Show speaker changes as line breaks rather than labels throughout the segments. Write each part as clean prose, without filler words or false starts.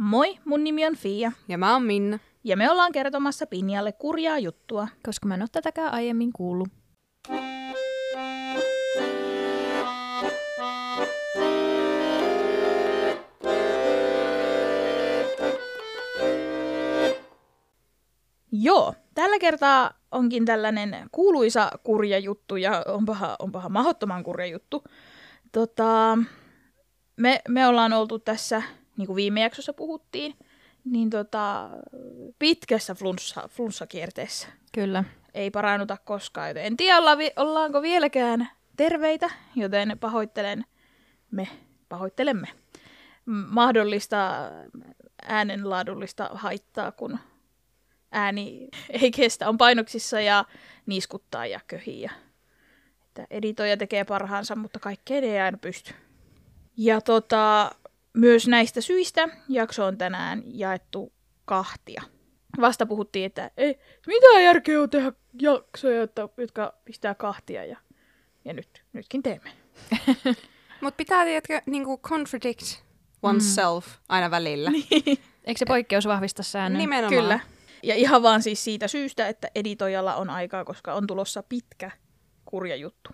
Moi, mun nimi on Fia.
Ja mä oon Minna.
Ja me ollaan kertomassa Pinjalle kurjaa juttua.
Koska mä en oo tätäkään aiemmin kuullut.
Joo, tällä kertaa onkin tällainen kuuluisa kurja juttu ja onpahan mahdottoman kurja juttu. Me ollaan oltu tässä, niin kuin viime jaksossa puhuttiin, niin pitkässä flunssakierteessä.
Kyllä.
Ei parannuta koskaan, joten en tiedä ollaanko vieläkään terveitä, joten pahoittelemme mahdollista äänenlaadullista haittaa, kun ääni ei kestä, on painoksissa ja niiskuttaa ja köhii. Että editoija tekee parhaansa, mutta kaikkeen ei aina pysty. Ja myös näistä syistä jakso on tänään jaettu kahtia. Vasta puhuttiin, että ei mitään järkeä on tehdä jaksoja, jotka pistää kahtia. Ja nytkin teemme.
Mut pitää, tiedätkö, niinku contradict oneself aina välillä.
Niin.
Eikö se poikkeus vahvista säännön?
Nimenomaan.
Kyllä. Ja ihan vaan siis siitä syystä, että editoijalla on aikaa, koska on tulossa pitkä kurja juttu.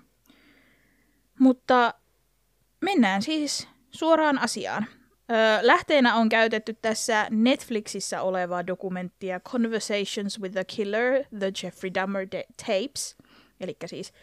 Mutta mennään siis suoraan asiaan. Lähteenä on käytetty tässä Netflixissä olevaa dokumenttia Conversations with the Killer, The Jeffrey Dahmer Tapes. Eli siis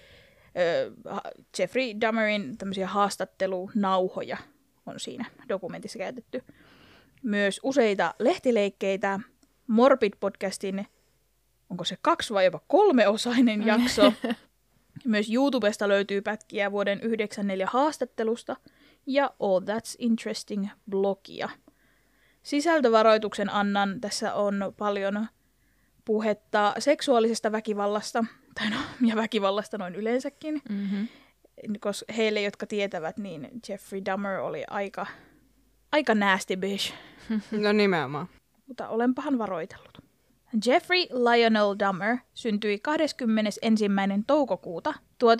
Jeffrey Dahmerin tämmöisiä haastattelunauhoja on siinä dokumentissa käytetty. Myös useita lehtileikkeitä, Morbid-podcastin, onko se 2 vai jopa 3-osainen jakso. Myös YouTubesta löytyy pätkiä vuoden 1994 haastattelusta ja All That's Interesting-blogia. Sisältövaroituksen annan, tässä on paljon puhetta seksuaalisesta väkivallasta, ja väkivallasta noin yleensäkin.
Mm-hmm.
Koska heille, jotka tietävät, niin Jeffrey Dahmer oli aika nasty bitch.
No nimenomaan.
Mutta olenpahan varoitellut. Jeffrey Lionel Dahmer syntyi 21. toukokuuta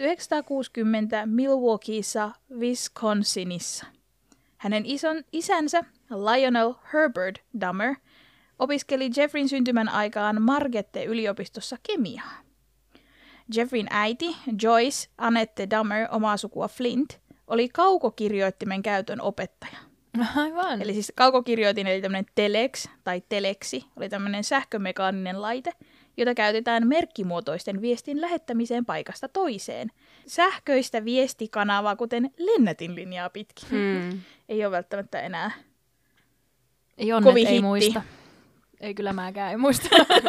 1960 Milwaukeeissa, Wisconsinissa. Hänen isänsä Lionel Herbert Dahmer opiskeli Jeffreyn syntymän aikaan Marquette-yliopistossa kemiaa. Jeffreyn äiti Joyce Annette Dahmer, omaa sukua Flint, oli kaukokirjoittimen käytön opettaja.
Aivan.
Eli siis kaukokirjoitin, eli tämmöinen telex tai teleksi, oli tämmöinen sähkömekaaninen laite, jota käytetään merkkimuotoisten viestin lähettämiseen paikasta toiseen. Sähköistä viestikanavaa, kuten lennätinlinjaa pitkin. Ei ole välttämättä enää
Jonnet ei muista. Ei kyllä mäkään ei muista.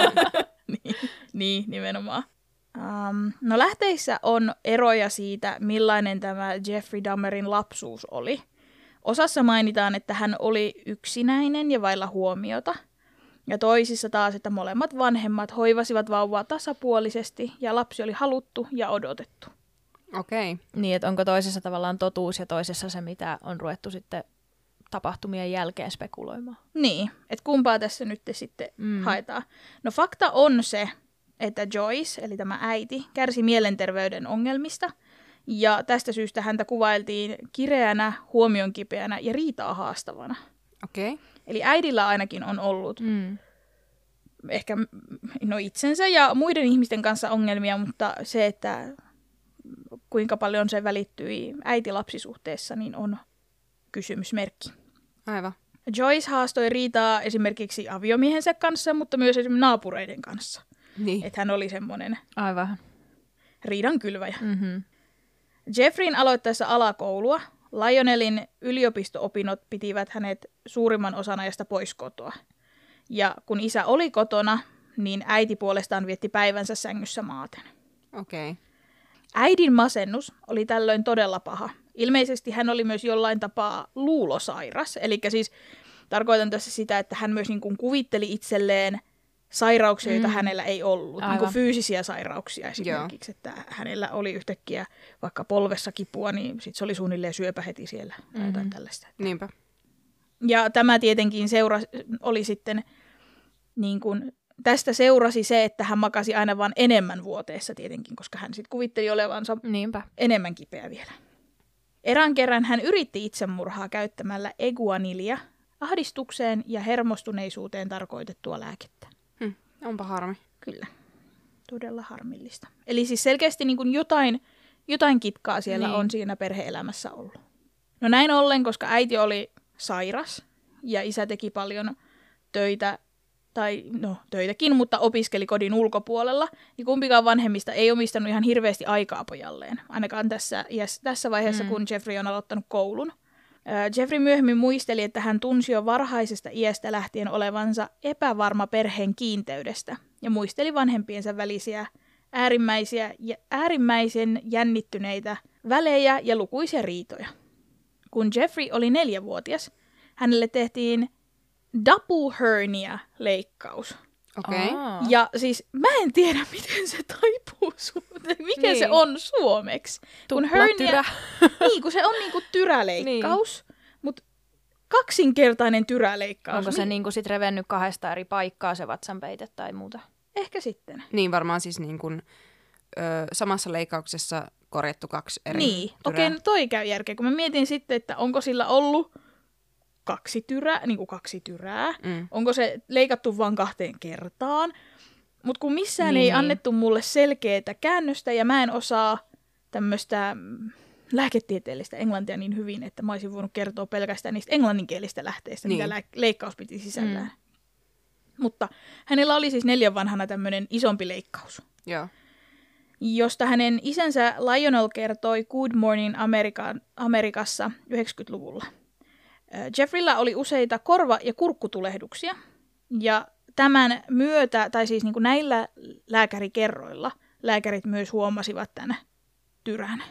niin, nimenomaan. No lähteissä on eroja siitä, millainen tämä Jeffrey Dahmerin lapsuus oli. Osassa mainitaan, että hän oli yksinäinen ja vailla huomiota. Ja toisissa taas, että molemmat vanhemmat hoivasivat vauvaa tasapuolisesti ja lapsi oli haluttu ja odotettu.
Okei.
Niin, että onko toisessa tavallaan totuus ja toisessa se, mitä on ruvettu sitten tapahtumien jälkeen spekuloimaan.
Niin, että kumpaa tässä nyt sitten haetaan. No fakta on se, että Joyce, eli tämä äiti, kärsi mielenterveyden ongelmista. Ja tästä syystä häntä kuvailtiin kireänä, huomionkipeänä ja riitaa haastavana.
Okei.
Eli äidillä ainakin on ollut ehkä itsensä ja muiden ihmisten kanssa ongelmia, mutta se, että kuinka paljon se välittyi äiti-lapsisuhteessa, niin on kysymysmerkki.
Aivan.
Joyce haastoi riitaa esimerkiksi aviomiehensä kanssa, mutta myös esimerkiksi naapureiden kanssa.
Niin.
Että hän oli semmoinen
Aivan.
riidankylväjä.
Mm-hmm.
Jeffreyn aloittaessa alakoulua Lionelin yliopisto-opinnot pitivät hänet suurimman osan ajasta pois kotoa. Ja kun isä oli kotona, niin äiti puolestaan vietti päivänsä sängyssä maaten.
Okei.
Äidin masennus oli tällöin todella paha. Ilmeisesti hän oli myös jollain tapaa luulosairas. Eli siis tarkoitan tässä sitä, että hän myös niin kuin kuvitteli itselleen sairauksia, joita hänellä ei ollut. Niin kuin fyysisiä sairauksia esimerkiksi. Että hänellä oli yhtäkkiä vaikka polvessa kipua, niin sit se oli suunnilleen syöpä heti siellä. Tai jotain tällaista.
Niinpä.
Ja tämä tietenkin oli sitten, niin kuin, tästä seurasi se, että hän makasi aina vaan enemmän vuoteessa tietenkin, koska hän sitten kuvitteli olevansa enemmän kipeä vielä. Erään kerran hän yritti itsemurhaa käyttämällä eguanilia, ahdistukseen ja hermostuneisuuteen tarkoitettua lääkettä.
Onpa harmi.
Kyllä, todella harmillista. Eli siis selkeästi niin kuin jotain kitkaa siellä on siinä perhe-elämässä ollut. No näin ollen, koska äiti oli sairas ja isä teki paljon töitä, tai no töitäkin, mutta opiskeli kodin ulkopuolella, niin kumpikaan vanhemmista ei omistanut ihan hirveästi aikaa pojalleen, ainakaan tässä vaiheessa, kun Jeffrey on aloittanut koulun. Jeffrey myöhemmin muisteli, että hän tunsi jo varhaisesta iästä lähtien olevansa epävarma perheen kiinteydestä ja muisteli vanhempiensa välisiä äärimmäisen jännittyneitä välejä ja lukuisia riitoja. Kun Jeffrey oli 4-vuotias, hänelle tehtiin double hernia-leikkaus.
Okei.
Ja siis mä en tiedä, miten se taipuu mikä se on suomeksi. Kun hernia, kun se on niinku tyräleikkaus, mutta kaksinkertainen tyräleikkaus.
Onko se niinku sit revennyt 2 eri paikkaa se vatsanpeite tai muuta?
Ehkä sitten.
Niin varmaan siis niin kuin, samassa leikkauksessa korjattu 2 eri
Niin,
tyrää.
okei, no toi käy järkeä. Kun mä mietin sitten, että onko sillä ollut 2 tyrää, onko se leikattu vain 2 kertaan. Mutta kun missään ei annettu mulle selkeää käännöstä ja mä en osaa tämmöistä lääketieteellistä englantia niin hyvin, että mä olisin voinut kertoa pelkästään niistä englanninkielistä lähteistä, mitä leikkaus piti sisällään. Mutta hänellä oli siis 4 vanhana tämmöinen isompi leikkaus, josta hänen isänsä Lionel kertoi Good Morning Amerikassa 90-luvulla. Jeffreyllä oli useita korva- ja kurkkutulehduksia, ja tämän myötä, tai siis niin kuin näillä lääkärikerroilla, lääkärit myös huomasivat tämän tyrän.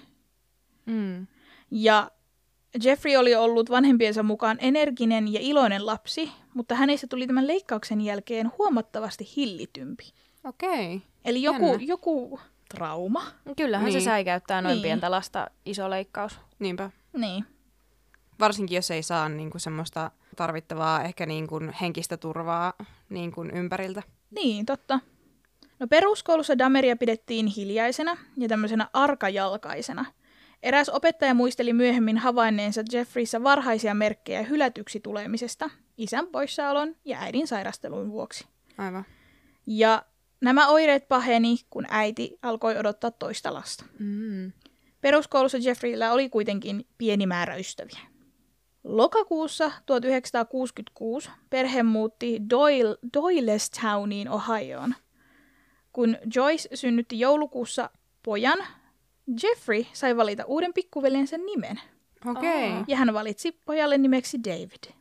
Ja Jeffrey oli ollut vanhempiensa mukaan energinen ja iloinen lapsi, mutta hänestä tuli tämän leikkauksen jälkeen huomattavasti hillitympi.
Okei.
Eli joku trauma.
Kyllähän se säikäyttää noin pientä lasta, iso leikkaus.
Niinpä.
Niin.
Varsinkin jos ei saa niinku semmoista tarvittavaa ehkä niinku henkistä turvaa niinku ympäriltä.
Niin, totta. No peruskoulussa Dameria pidettiin hiljaisena ja tämmöisenä arkajalkaisena. Eräs opettaja muisteli myöhemmin havainneensa Jeffreyssä varhaisia merkkejä hylätyksi tulemisesta, isän poissaolon ja äidin sairastelun vuoksi.
Aivan.
Ja nämä oireet paheni, kun äiti alkoi odottaa toista lasta. Peruskoulussa Jeffreyllä oli kuitenkin pieni määrä ystäviä. Lokakuussa 1966 perhe muutti Doylestowniin Ohioon. Kun Joyce synnytti joulukuussa pojan, Jeffrey sai valita uuden pikkuveljensä nimen.
Okei.
Ja hän valitsi pojalle nimeksi David.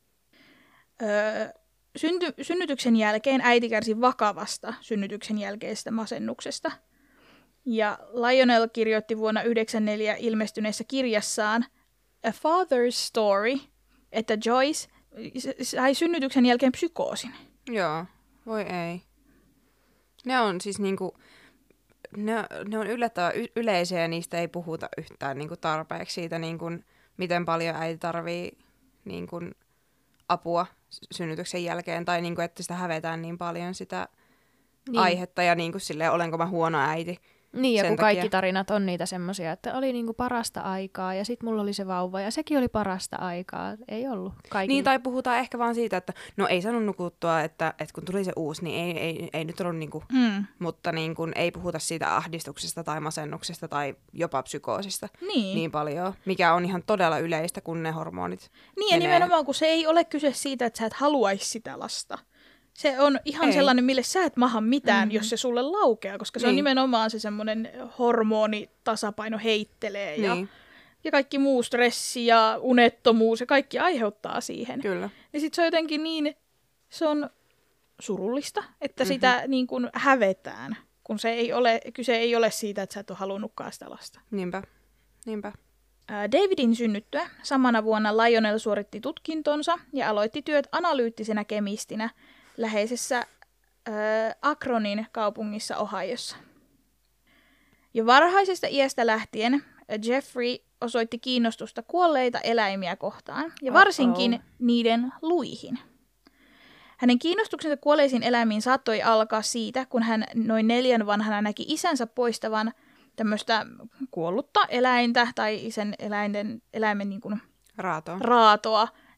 Synnytyksen jälkeen äiti kärsi vakavasta synnytyksen jälkeisestä masennuksesta. Ja Lionel kirjoitti vuonna 1994 ilmestyneessä kirjassaan A Father's Story, että Joyce sai synnytyksen jälkeen psykoosin.
Joo, voi ei. Ne on siis niinku, ne on yllättävän yleisiä ja niistä ei puhuta yhtään niinku tarpeeksi siitä, niinku, miten paljon äiti tarvii niinku, apua synnytyksen jälkeen. Tai niinku, että sitä hävetään niin paljon sitä aihetta ja niinku, silleen, olenko mä huono äiti.
Niin, ja kun
takia.
kaikki tarinat on niitä semmoisia, että oli niinku parasta aikaa ja sitten mulla oli se vauva ja sekin oli parasta aikaa. Ei ollut kaikilla.
Niin, tai puhutaan ehkä vaan siitä, että no ei saanut nukuttua, että kun tuli se uusi, niin ei nyt ollut niinku, mutta niinku, ei puhuta siitä ahdistuksesta tai masennuksesta tai jopa psykoosista niin paljon, mikä on ihan todella yleistä, kun ne hormonit
Niin, ja nimenomaan, kun se ei ole kyse siitä, että sä et haluaisi sitä lasta. Se on ihan sellainen, mille sä et maha mitään, jos se sulle laukeaa, koska se on nimenomaan se semmoinen hormonitasapaino heittelee ja kaikki muu stressi ja unettomuus ja kaikki aiheuttaa siihen.
Kyllä.
Ja sit se on jotenkin niin, se on surullista, että sitä niin kuin hävetään, kun kyse ei ole siitä, että sä et ole halunnutkaan sitä lasta.
Niinpä.
Davidin synnyttyä samana vuonna Lionel suoritti tutkintonsa ja aloitti työt analyyttisenä kemistinä läheisessä Akronin kaupungissa Ohiossa. Jo varhaisesta iästä lähtien Jeffrey osoitti kiinnostusta kuolleita eläimiä kohtaan ja varsinkin niiden luihin. Hänen kiinnostuksensa kuolleisiin eläimiin saattoi alkaa siitä, kun hän noin 4 vanhana näki isänsä poistavan tämmöistä kuollutta eläintä tai sen eläimen niin kuin raatoa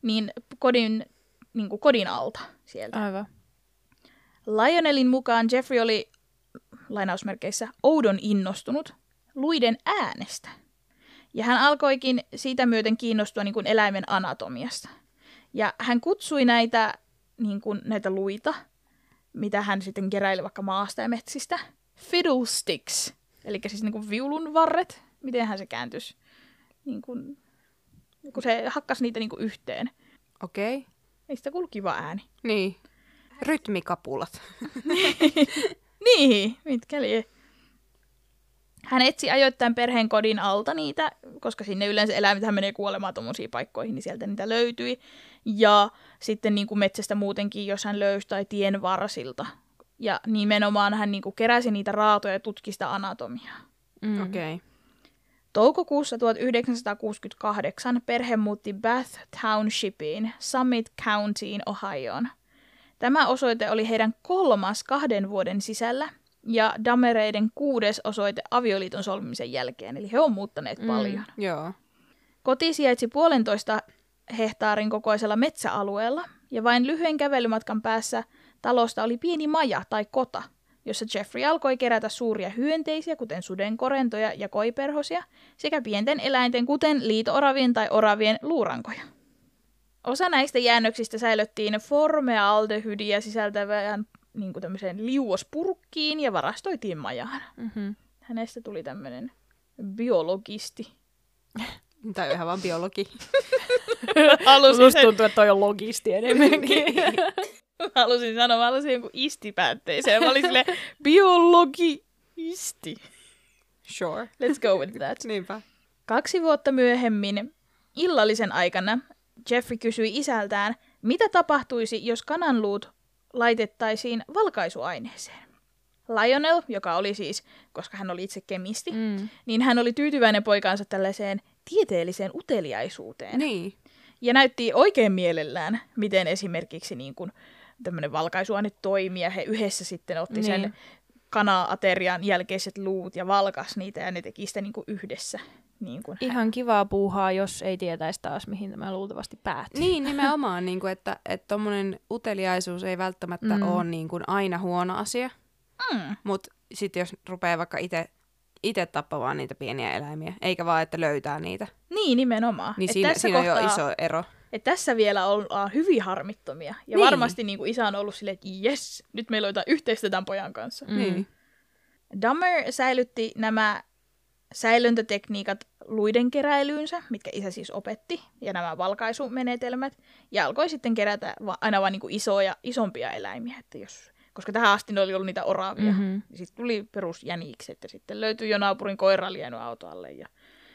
niin kodin alta sieltä.
Aivan.
Lionelin mukaan Jeffrey oli, lainausmerkeissä, oudon innostunut luiden äänestä. Ja hän alkoikin siitä myöten kiinnostua niin kuin eläimen anatomiasta. Ja hän kutsui näitä luita, mitä hän sitten keräili vaikka maasta ja metsistä, fiddlesticks, eli siis niin kuin viulun varret. Mitenhän se kääntyisi? Niin kuin, kun se hakkasi niitä niin kuin yhteen.
Okei. Okay.
Niistä kuului kiva ääni.
Niin. Rytmikapulat.
Niin, mitkä lie. Hän etsi ajoittain perheen kodin alta niitä, koska sinne yleensä eläimethän menee kuolemaan tommosiin paikkoihin, niin sieltä niitä löytyi. Ja sitten niin kuin metsästä muutenkin, jos hän löysi tai tien varsilta. Ja nimenomaan hän niin kuin keräsi niitä raatoja ja tutki sitä anatomiaa.
Okei. Okay.
Toukokuussa 1968 perhe muutti Bath Townshipiin, Summit Countyin, Ohioon. Tämä osoite oli heidän 3. 2 vuoden sisällä ja Dahmereiden 6. osoite avioliiton solmimisen jälkeen, eli he on muuttaneet paljon.
Joo.
Koti sijaitsi 1,5 hehtaarin kokoisella metsäalueella ja vain lyhyen kävelymatkan päässä talosta oli pieni maja tai kota, jossa Jeffrey alkoi kerätä suuria hyönteisiä, kuten sudenkorentoja ja koiperhosia, sekä pienten eläinten, kuten liito-oravien tai oravien luurankoja. Osa näistä jäännöksistä säilöttiin formaldehydiä sisältävään niin kuin tämmöiseen liuospurkkiin ja varastoitiin majaan.
Mm-hmm.
Hänestä tuli tämmöinen biologisti.
Tai ihan vaan biologi.
Musta tuntuu, että toi on logisti enemmänkin.
Halusin jonkun istipäätteeseen. Mä olin silleen, biologisti.
Sure.
Let's go with that.
Niinpä.
2 vuotta myöhemmin, illallisen aikana, Jeffrey kysyi isältään, mitä tapahtuisi, jos kananluut laitettaisiin valkaisuaineeseen. Lionel, joka oli siis, koska hän oli itse kemisti, niin hän oli tyytyväinen poikaansa tällaiseen tieteelliseen uteliaisuuteen.
Niin.
Ja näytti oikein mielellään, miten esimerkiksi niin kuin tämmöinen valkaisuaine toimii, ja he yhdessä sitten otti sen kana-aterian jälkeiset luut ja valkas niitä, ja ne teki sitä niin kuin yhdessä. Niin kuin
ihan kivaa puuhaa, jos ei tietäisi taas, mihin tämä luultavasti päättyy.
Niin, nimenomaan, niin kuin, että tommonen uteliaisuus ei välttämättä ole niin kuin aina huono asia. Mutta sitten jos rupeaa vaikka itse tappamaan niitä pieniä eläimiä, eikä vaan, että löytää niitä.
Niin, nimenomaan.
Niin siinä on jo iso ero.
Että tässä vielä ollaan hyvin harmittomia. Ja niin. Varmasti niin kuin isä on ollut silleen, että jes, nyt meillä on jotain yhteistä tämän pojan kanssa.
Niin.
Dahmer säilytti nämä säilöntätekniikat luiden keräilyynsä, mitkä isä siis opetti, ja nämä valkaisumenetelmät, ja alkoi sitten kerätä aina vain niin kuin isompia eläimiä, että koska tähän asti ne oli ollut niitä oravia. Mm-hmm. Sitten tuli perusjänikset, ja sitten löytyi jo naapurin koira liennyt autoalle. Ja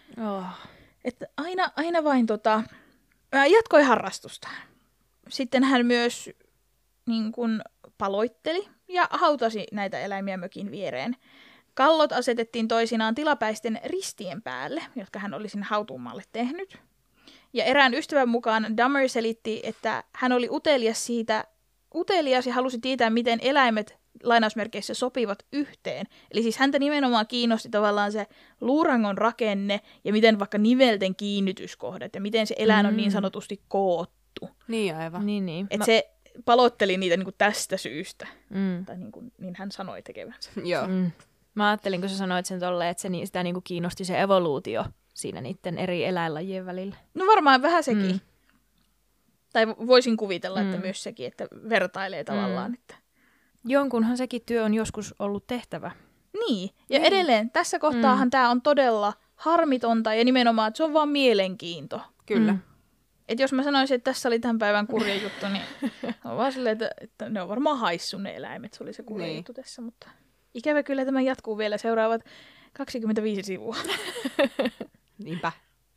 että aina vain jatkoi harrastustaan. Sitten hän myös niin kuin paloitteli ja hautasi näitä eläimiä mökin viereen. Kallot asetettiin toisinaan tilapäisten ristien päälle, jotka hän oli sinne hautuumaalle tehnyt. Ja erään ystävän mukaan Dahmer selitti, että hän oli utelias ja halusi tietää, miten eläimet lainausmerkeissä sopivat yhteen. Eli siis häntä nimenomaan kiinnosti tavallaan se luurangon rakenne ja miten vaikka nivelten kiinnityskohdat ja miten se eläin on niin sanotusti koottu.
Niin aivan.
Niin.
Että se palotteli niitä niin kuin tästä syystä. Tai niin hän sanoi tekevänsä.
Joo.
Mä ajattelin, kun sä sanoit sen tolleen, että sitä niinku kiinnosti se evoluutio siinä niiden eri eläinlajien välillä.
No varmaan vähän sekin. Tai voisin kuvitella, että myös sekin, että vertailee tavallaan. Että
jonkunhan sekin työ on joskus ollut tehtävä.
Niin, ja edelleen tässä kohtaahan tämä on todella harmitonta ja nimenomaan, että se on vaan mielenkiinto.
Kyllä.
Että jos mä sanoisin, että tässä oli tämän päivän kurja juttu, niin on vaan silleen, että ne on varmaan haissu ne eläimet. Se oli se kurja juttu tässä, mutta ikävä kyllä tämä jatkuu vielä seuraavat 25 sivua.
Niinpä.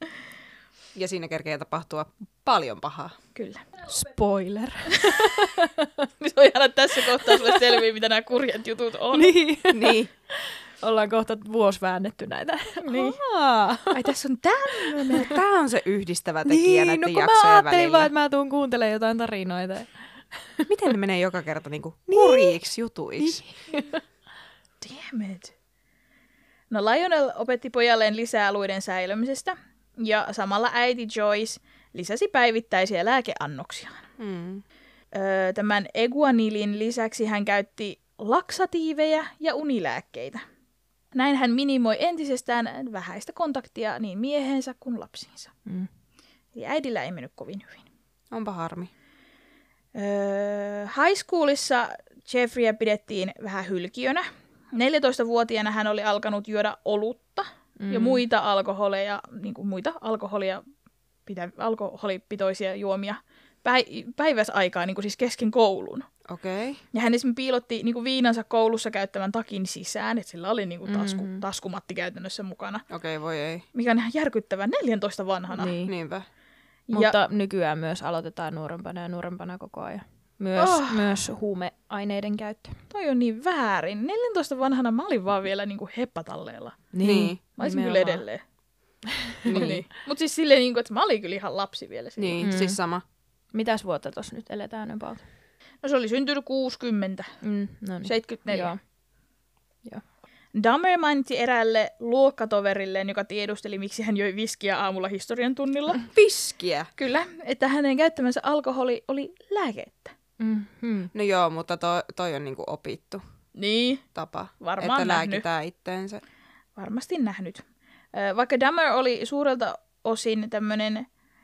Ja siinä kerkeää tapahtua paljon pahaa.
Kyllä.
Spoiler.
Se on ihana, että tässä kohtaa sulle selviää, mitä nämä kurjat jutut on.
Niin.
Ollaan kohta vuosi väännetty näitä.
Niin. Ai tässä on tämmöinen.
Tämä on se yhdistävä tekijä näiden jaksojen välillä.
Mä ajattelin vaan, että mä tuun kuuntelemaan jotain tarinoita.
Miten ne menee joka kerta niinku kurjiksi jutuiksi?
Damn it. No Lionel opetti pojalleen lisää luiden säilymisestä. Ja samalla äiti Joyce lisäsi päivittäisiä lääkeannoksiaan. Tämän eguanilin lisäksi hän käytti laksatiiveja ja unilääkkeitä. Näin hän minimoi entisestään vähäistä kontaktia niin miehensä kuin lapsiinsa. Eli äidillä ei mennyt kovin hyvin.
Onpa harmi.
High schoolissa Jeffreyä pidettiin vähän hylkiönä. 14-vuotiaana hän oli alkanut juoda olutta ja muita alkoholeja, niin kuin muita alkoholipitoisia juomia päiväsaikaa, niin kuin siis kesken koulun.
Okei.
Ja hän esimerkiksi piilotti niin kuin viinansa koulussa käyttävän takin sisään, että sillä oli niin kuin taskumatti käytännössä mukana.
Okei, voi ei.
Mikä on ihan järkyttävää 14 vanhana.
Niin.
Niinpä.
Mutta nykyään myös aloitetaan nuorempana ja nuorempana koko ajan. Myös huumeaineiden käyttö.
Toi on niin väärin. 14 vanhana mä olin vaan vielä niinku heppatalleella.
Niin.
Mä olisin kyllä edelleen. niin. Mutta siis silleen, niinku, että mä olin kyllä ihan lapsi vielä.
Niin, siis sama.
Mitäs vuotta tossa nyt eletään about?
No se oli syntynyt 60.
No niin.
74.
Joo.
Dahmer mainitsi eräälle luokkatoverilleen, joka tiedusteli, miksi hän joi viskiä aamulla historian tunnilla.
Viskiä?
Kyllä, että hänen käyttämänsä alkoholi oli lääkettä.
No joo, mutta toi on niinku opittu
Niin,
tapa,
varmaan
että
nähnyt.
lääkitään itteensä.
Varmasti nähnyt. Vaikka Dahmer oli suurelta osin tämmöinen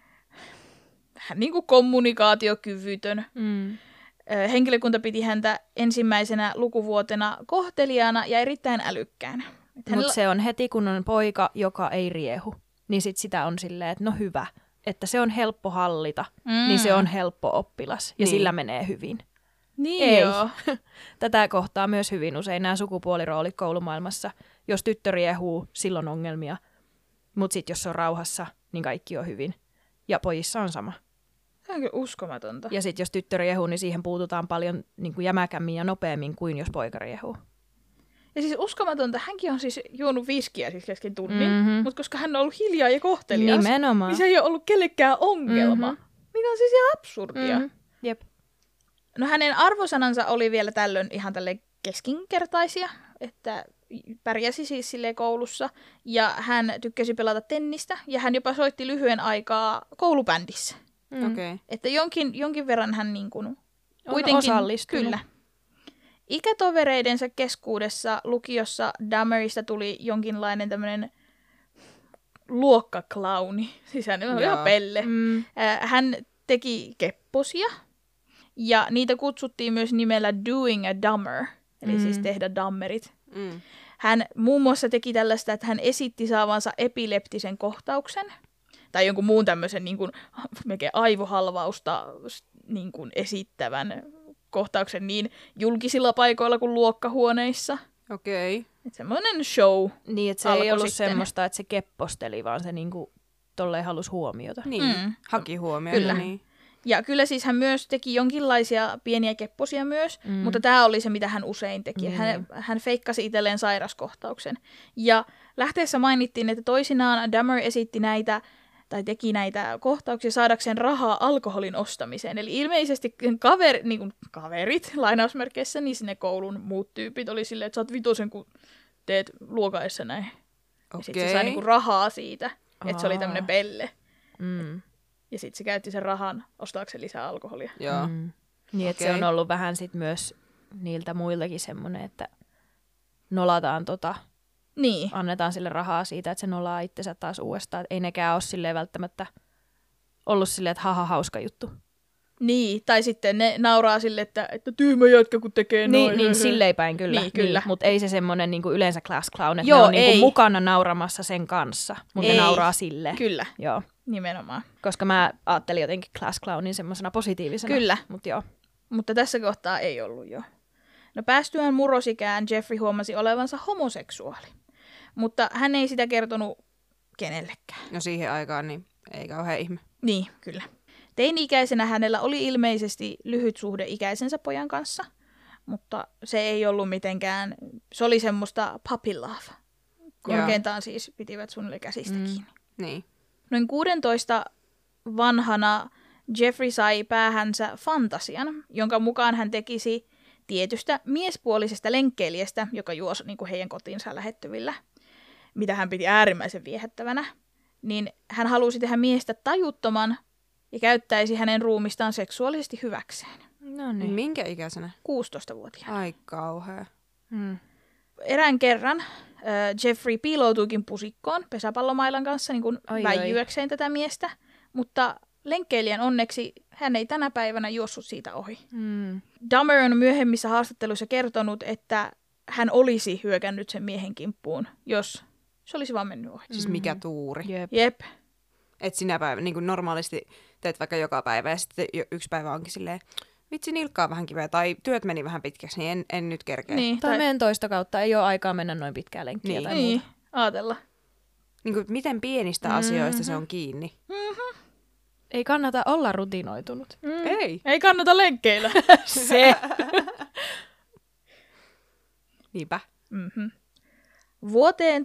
vähän niin kuin kommunikaatiokyvytön, henkilökunta piti häntä ensimmäisenä lukuvuotena kohteliaana ja erittäin älykkäänä.
Mutta se on heti, kun on poika, joka ei riehu, niin sit sitä on silleen, että no hyvä, että se on helppo hallita, niin se on helppo oppilas ja sillä menee hyvin.
Niin
Ei.
joo.
Tätä kohtaa myös hyvin usein nämä sukupuoliroolit koulumaailmassa. Jos tyttö riehuu, silloin ongelmia, mutta sitten jos se on rauhassa, niin kaikki on hyvin. Ja pojissa on sama.
Se on kyllä uskomatonta.
Ja sitten jos tyttö riehuu, niin siihen puututaan paljon niin kuin jämäkämmin ja nopeammin kuin jos poika riehuu.
Ja siis uskomatonta, hänkin on siis juonut viskiä siis kesken tunnin, mutta koska hän on ollut hiljaa ja kohtelias,
Nimenomaan.
niin se ei ole ollut kellekään ongelma. Mikä on siis ihan absurdia.
Jep.
No hänen arvosanansa oli vielä tällöin ihan tälleen keskinkertaisia, että pärjäsi siis silleen koulussa. Ja hän tykkäsi pelata tennistä ja hän jopa soitti lyhyen aikaa koulubändissä.
Okei.
Että jonkin verran hän niin kuin
kuitenkin osallistunut.
Kyllä. Ikätovereidensa keskuudessa lukiossa Dahmerista tuli jonkinlainen tämmöinen luokkaklauni. Siis hän oli ihan pelle. Hän teki kepposia ja niitä kutsuttiin myös nimellä Doing a Dahmer, eli siis tehdä Dahmerit. Hän muun muassa teki tällaista, että hän esitti saavansa epileptisen kohtauksen tai jonkun muun tämmöisen niin kuin, melkein aivohalvausta niin kuin esittävän kohtauksen niin julkisilla paikoilla kuin luokkahuoneissa.
Okei.
Että semmoinen show.
Niin, että se ei ollut semmoista, että se kepposteli, vaan se niinku tolleen halusi huomiota.
Niin, haki huomiota.
Kyllä.
Niin.
Ja kyllä siis hän myös teki jonkinlaisia pieniä kepposia myös, mutta tämä oli se, mitä hän usein teki. Hän feikkasi itselleen sairaskohtauksen. Ja lähteessä mainittiin, että toisinaan Dahmer esitti näitä tai teki näitä kohtauksia saadakseen rahaa alkoholin ostamiseen. Eli ilmeisesti kaverit, lainausmerkeissä, niin sinne koulun muut tyypit oli silleen, että sä oot vitosen, kun teet luokaessa näin. Ja sitten se sai niinku rahaa siitä, että se oli tämmöinen pelle. Ja sitten se käytti sen rahan ostaakseen lisää alkoholia.
Joo.
Niin, että se on ollut vähän sit myös niiltä muiltakin semmoinen, että nolataan
niin.
Annetaan sille rahaa siitä, että se nolaa itsensä taas uudestaan. Et ei nekään ole silleen välttämättä ollut silleen, että haha, hauska juttu.
Niin, tai sitten ne nauraa sille, että tyhmä jätkä, kun tekee noin.
Niin silleen päin kyllä.
Niin, kyllä.
Mutta ei se semmoinen niinku yleensä class clown, että
Joo,
ne on niinku
ei.
mukana nauramassa sen kanssa, mutta ne nauraa silleen.
Kyllä,
Joo.
nimenomaan.
Koska mä ajattelin jotenkin class clownin semmoisena positiivisena.
Kyllä.
Mutta
tässä kohtaa ei ollut jo. No päästyään murrosikään Jeffrey huomasi olevansa homoseksuaali. Mutta hän ei sitä kertonut kenellekään.
No siihen aikaan niin ei kauhean ihme.
Niin, kyllä. Teini-ikäisenä hänellä oli ilmeisesti lyhyt suhde ikäisensä pojan kanssa, mutta se ei ollut mitenkään, se oli semmoista puppy love. Korkeintaan siis pitivät suunnilleen käsistä kiinni.
Niin.
Noin 16 vanhana Jeffrey sai päähänsä fantasian, jonka mukaan hän tekisi tietystä miespuolisesta lenkkeilijästä, joka juosi niin kuin heidän kotiinsa lähettyvillä, mitä hän piti äärimmäisen viehättävänä, niin hän halusi tehdä miestä tajuttoman, ja käyttäisi hänen ruumistaan seksuaalisesti hyväkseen.
No niin.
Minkä ikäisenä?
16-vuotiaana.
Ai kauhea.
Erään kerran Jeffrey piiloutuikin pusikkoon pesäpallomailan kanssa niin kuin väijyäkseen tätä miestä, mutta lenkkeilijän onneksi hän ei tänä päivänä juossut siitä ohi. Dahmer on myöhemmissä haastatteluissa kertonut, että hän olisi hyökännyt sen miehen kimppuun, jos se olisi vaan mennyt ohi.
Siis mikä tuuri.
Jep.
Että sinä päivänä, niin kuin normaalisti teet vaikka joka päivä ja sitten yksi päivä onkin silleen, vitsi nilkkaa vähän kiveä tai työt meni vähän pitkäksi, niin en nyt kerkeä.
Niin,
Tai meidän toista kautta ei ole aikaa mennä noin pitkää lenkkiä tai
niin,
muuta.
ajatella.
Niin kuin, miten pienistä asioista se on kiinni.
Ei kannata olla rutinoitunut.
Ei.
Ei kannata lenkkeillä.
Se.
Niinpä.
Vuoteen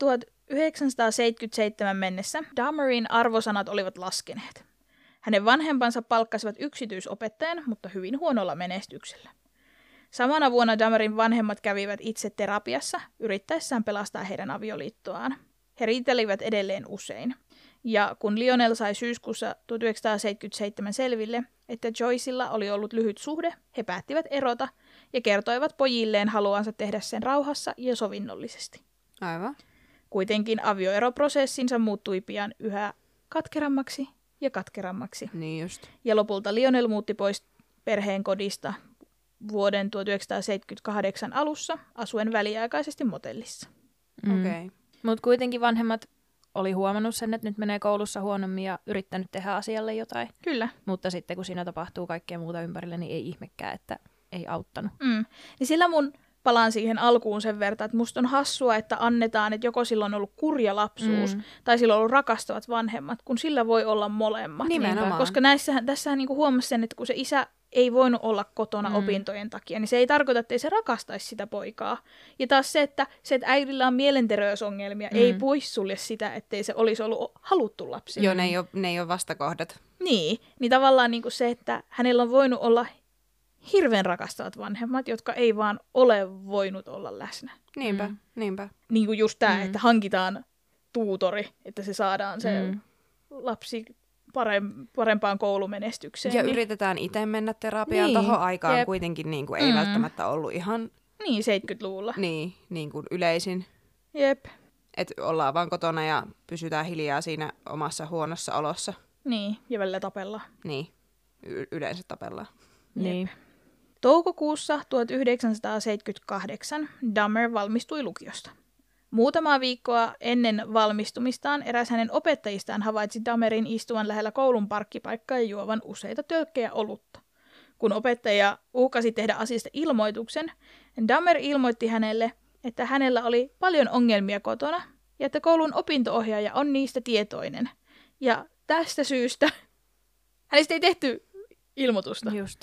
1977 mennessä Dahmerin arvosanat olivat laskeneet. Hänen vanhempansa palkkasivat yksityisopettajan, mutta hyvin huonolla menestyksellä. Samana vuonna Dahmerin vanhemmat kävivät itse terapiassa, yrittäessään pelastaa heidän avioliittoaan. He riitelivät edelleen usein. Ja kun Lionel sai syyskuussa 1977 selville, että Joycella oli ollut lyhyt suhde, he päättivät erota ja kertoivat pojilleen haluansa tehdä sen rauhassa ja sovinnollisesti.
Aivan.
Kuitenkin avioeroprosessinsa muuttui pian yhä katkerammaksi ja katkerammaksi.
Niin just.
Ja lopulta Lionel muutti pois perheen kodista vuoden 1978 alussa, asuen väliaikaisesti motellissa.
Okei.
Mutta kuitenkin vanhemmat oli huomannut sen, että nyt menee koulussa huonommin ja yrittänyt tehdä asialle jotain.
Kyllä.
Mutta sitten kun siinä tapahtuu kaikkea muuta ympärillä, niin ei ihmekään, että ei auttanut.
Niin sillä mun palaan siihen alkuun sen verran, että musta on hassua, että annetaan, että joko sillä on ollut kurja lapsuus tai sillä on ollut rakastavat vanhemmat, kun sillä voi olla molemmat.
Nimenomaan.
Koska tässähän niinku huomasi sen, että kun se isä ei voinut olla kotona opintojen takia, niin se ei tarkoita, että ei se rakastaisi sitä poikaa. Ja taas se, että äidillä on mielenterveysongelmia, ei poissulje sitä, ettei se olisi ollut haluttu lapsi.
Joo, ne ei ole vastakohdat.
Niin tavallaan niinku se, että hänellä on voinut olla hirveän rakastavat vanhemmat, jotka ei vaan ole voinut olla läsnä.
Niinpä.
Niin kuin just tämä, että hankitaan tuutori, että se saadaan se lapsi parempaan koulumenestykseen.
Ja yritetään itse mennä terapiaan tohon aikaan kuitenkin niin kuin ei välttämättä ollut ihan...
Niin, 70-luvulla.
Niin kuin yleisin.
Jep.
Että ollaan vaan kotona ja pysytään hiljaa siinä omassa huonossa olossa.
Niin, ja välillä tapellaan.
Niin, yleensä tapellaan.
Niin.
Toukokuussa 1978 Dahmer valmistui lukiosta. Muutamaa viikkoa ennen valmistumistaan eräs hänen opettajistaan havaitsi Dahmerin istuvan lähellä koulun parkkipaikkaa ja juovan useita tölkkejä olutta. Kun opettaja uhkasi tehdä asiasta ilmoituksen, Dahmer ilmoitti hänelle, että hänellä oli paljon ongelmia kotona ja että koulun opinto-ohjaaja on niistä tietoinen. Ja tästä syystä hänestä ei tehty ilmoitusta.
Just.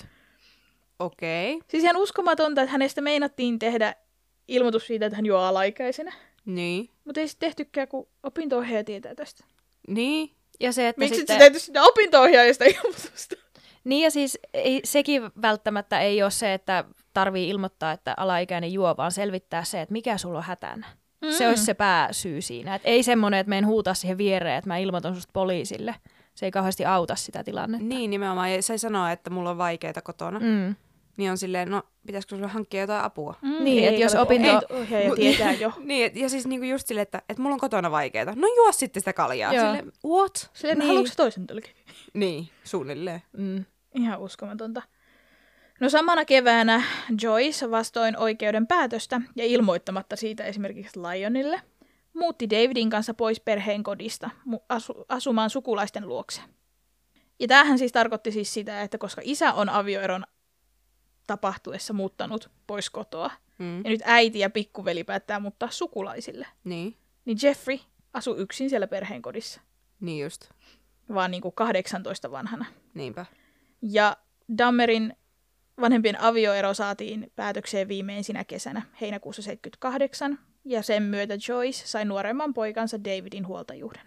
Okei.
Siis ihan uskomatonta, että hänestä meinattiin tehdä ilmoitus siitä, että hän juo alaikäisenä.
Niin.
Mutta ei sitten tehtykään, kun opinto-ohjaaja tietää tästä.
Niin.
Ja se, että
Miksi
sitten...
se täytyy sitä opinto-ohjaajasta ilmoitusta?
Niin ja siis sekin välttämättä ei ole se, että tarvii ilmoittaa, että alaikäinen juo, vaan selvittää se, että mikä sulla on hätänä. Se olisi se pääsyy siinä. Et ei semmoinen, että menen huutaa siihen viereen, että mä ilmoitan susta poliisille. Se ei kauheasti auta sitä tilannetta.
Niin nimenomaan. Ja se sanoo, että mulla on vaikeita kotona. Niin on silleen, no pitäisikö sulle hankkia jotain apua?
Niin, että jos
opinto-ohjaaja tietää jo.
Niin, ja siis niinku just silleen, että mulla on kotona vaikeita. No juo sitten sitä kaljaa. Silleen, what?
Silleen, haluatko toisen tölkin?
Niin, suunnilleen.
Ihan uskomatonta. No samana keväänä Joyce vastoin oikeuden päätöstä ja ilmoittamatta siitä esimerkiksi Lionille, muutti Davidin kanssa pois perheen kodista asumaan sukulaisten luokse. Ja tämähän siis tarkoitti siis sitä, että koska isä on avioeron tapahtuessa muuttanut pois kotoa, ja nyt äiti ja pikkuveli päättää muuttaa sukulaisille, niin Jeffrey asui yksin siellä perheen kodissa.
Niin just.
Vaan niin kuin 18 vanhana.
Niinpä.
Ja Dahmerin vanhempien avioero saatiin päätökseen viimein sinä kesänä, heinäkuussa 1978, ja sen myötä Joyce sai nuoremman poikansa Davidin huoltajuuden.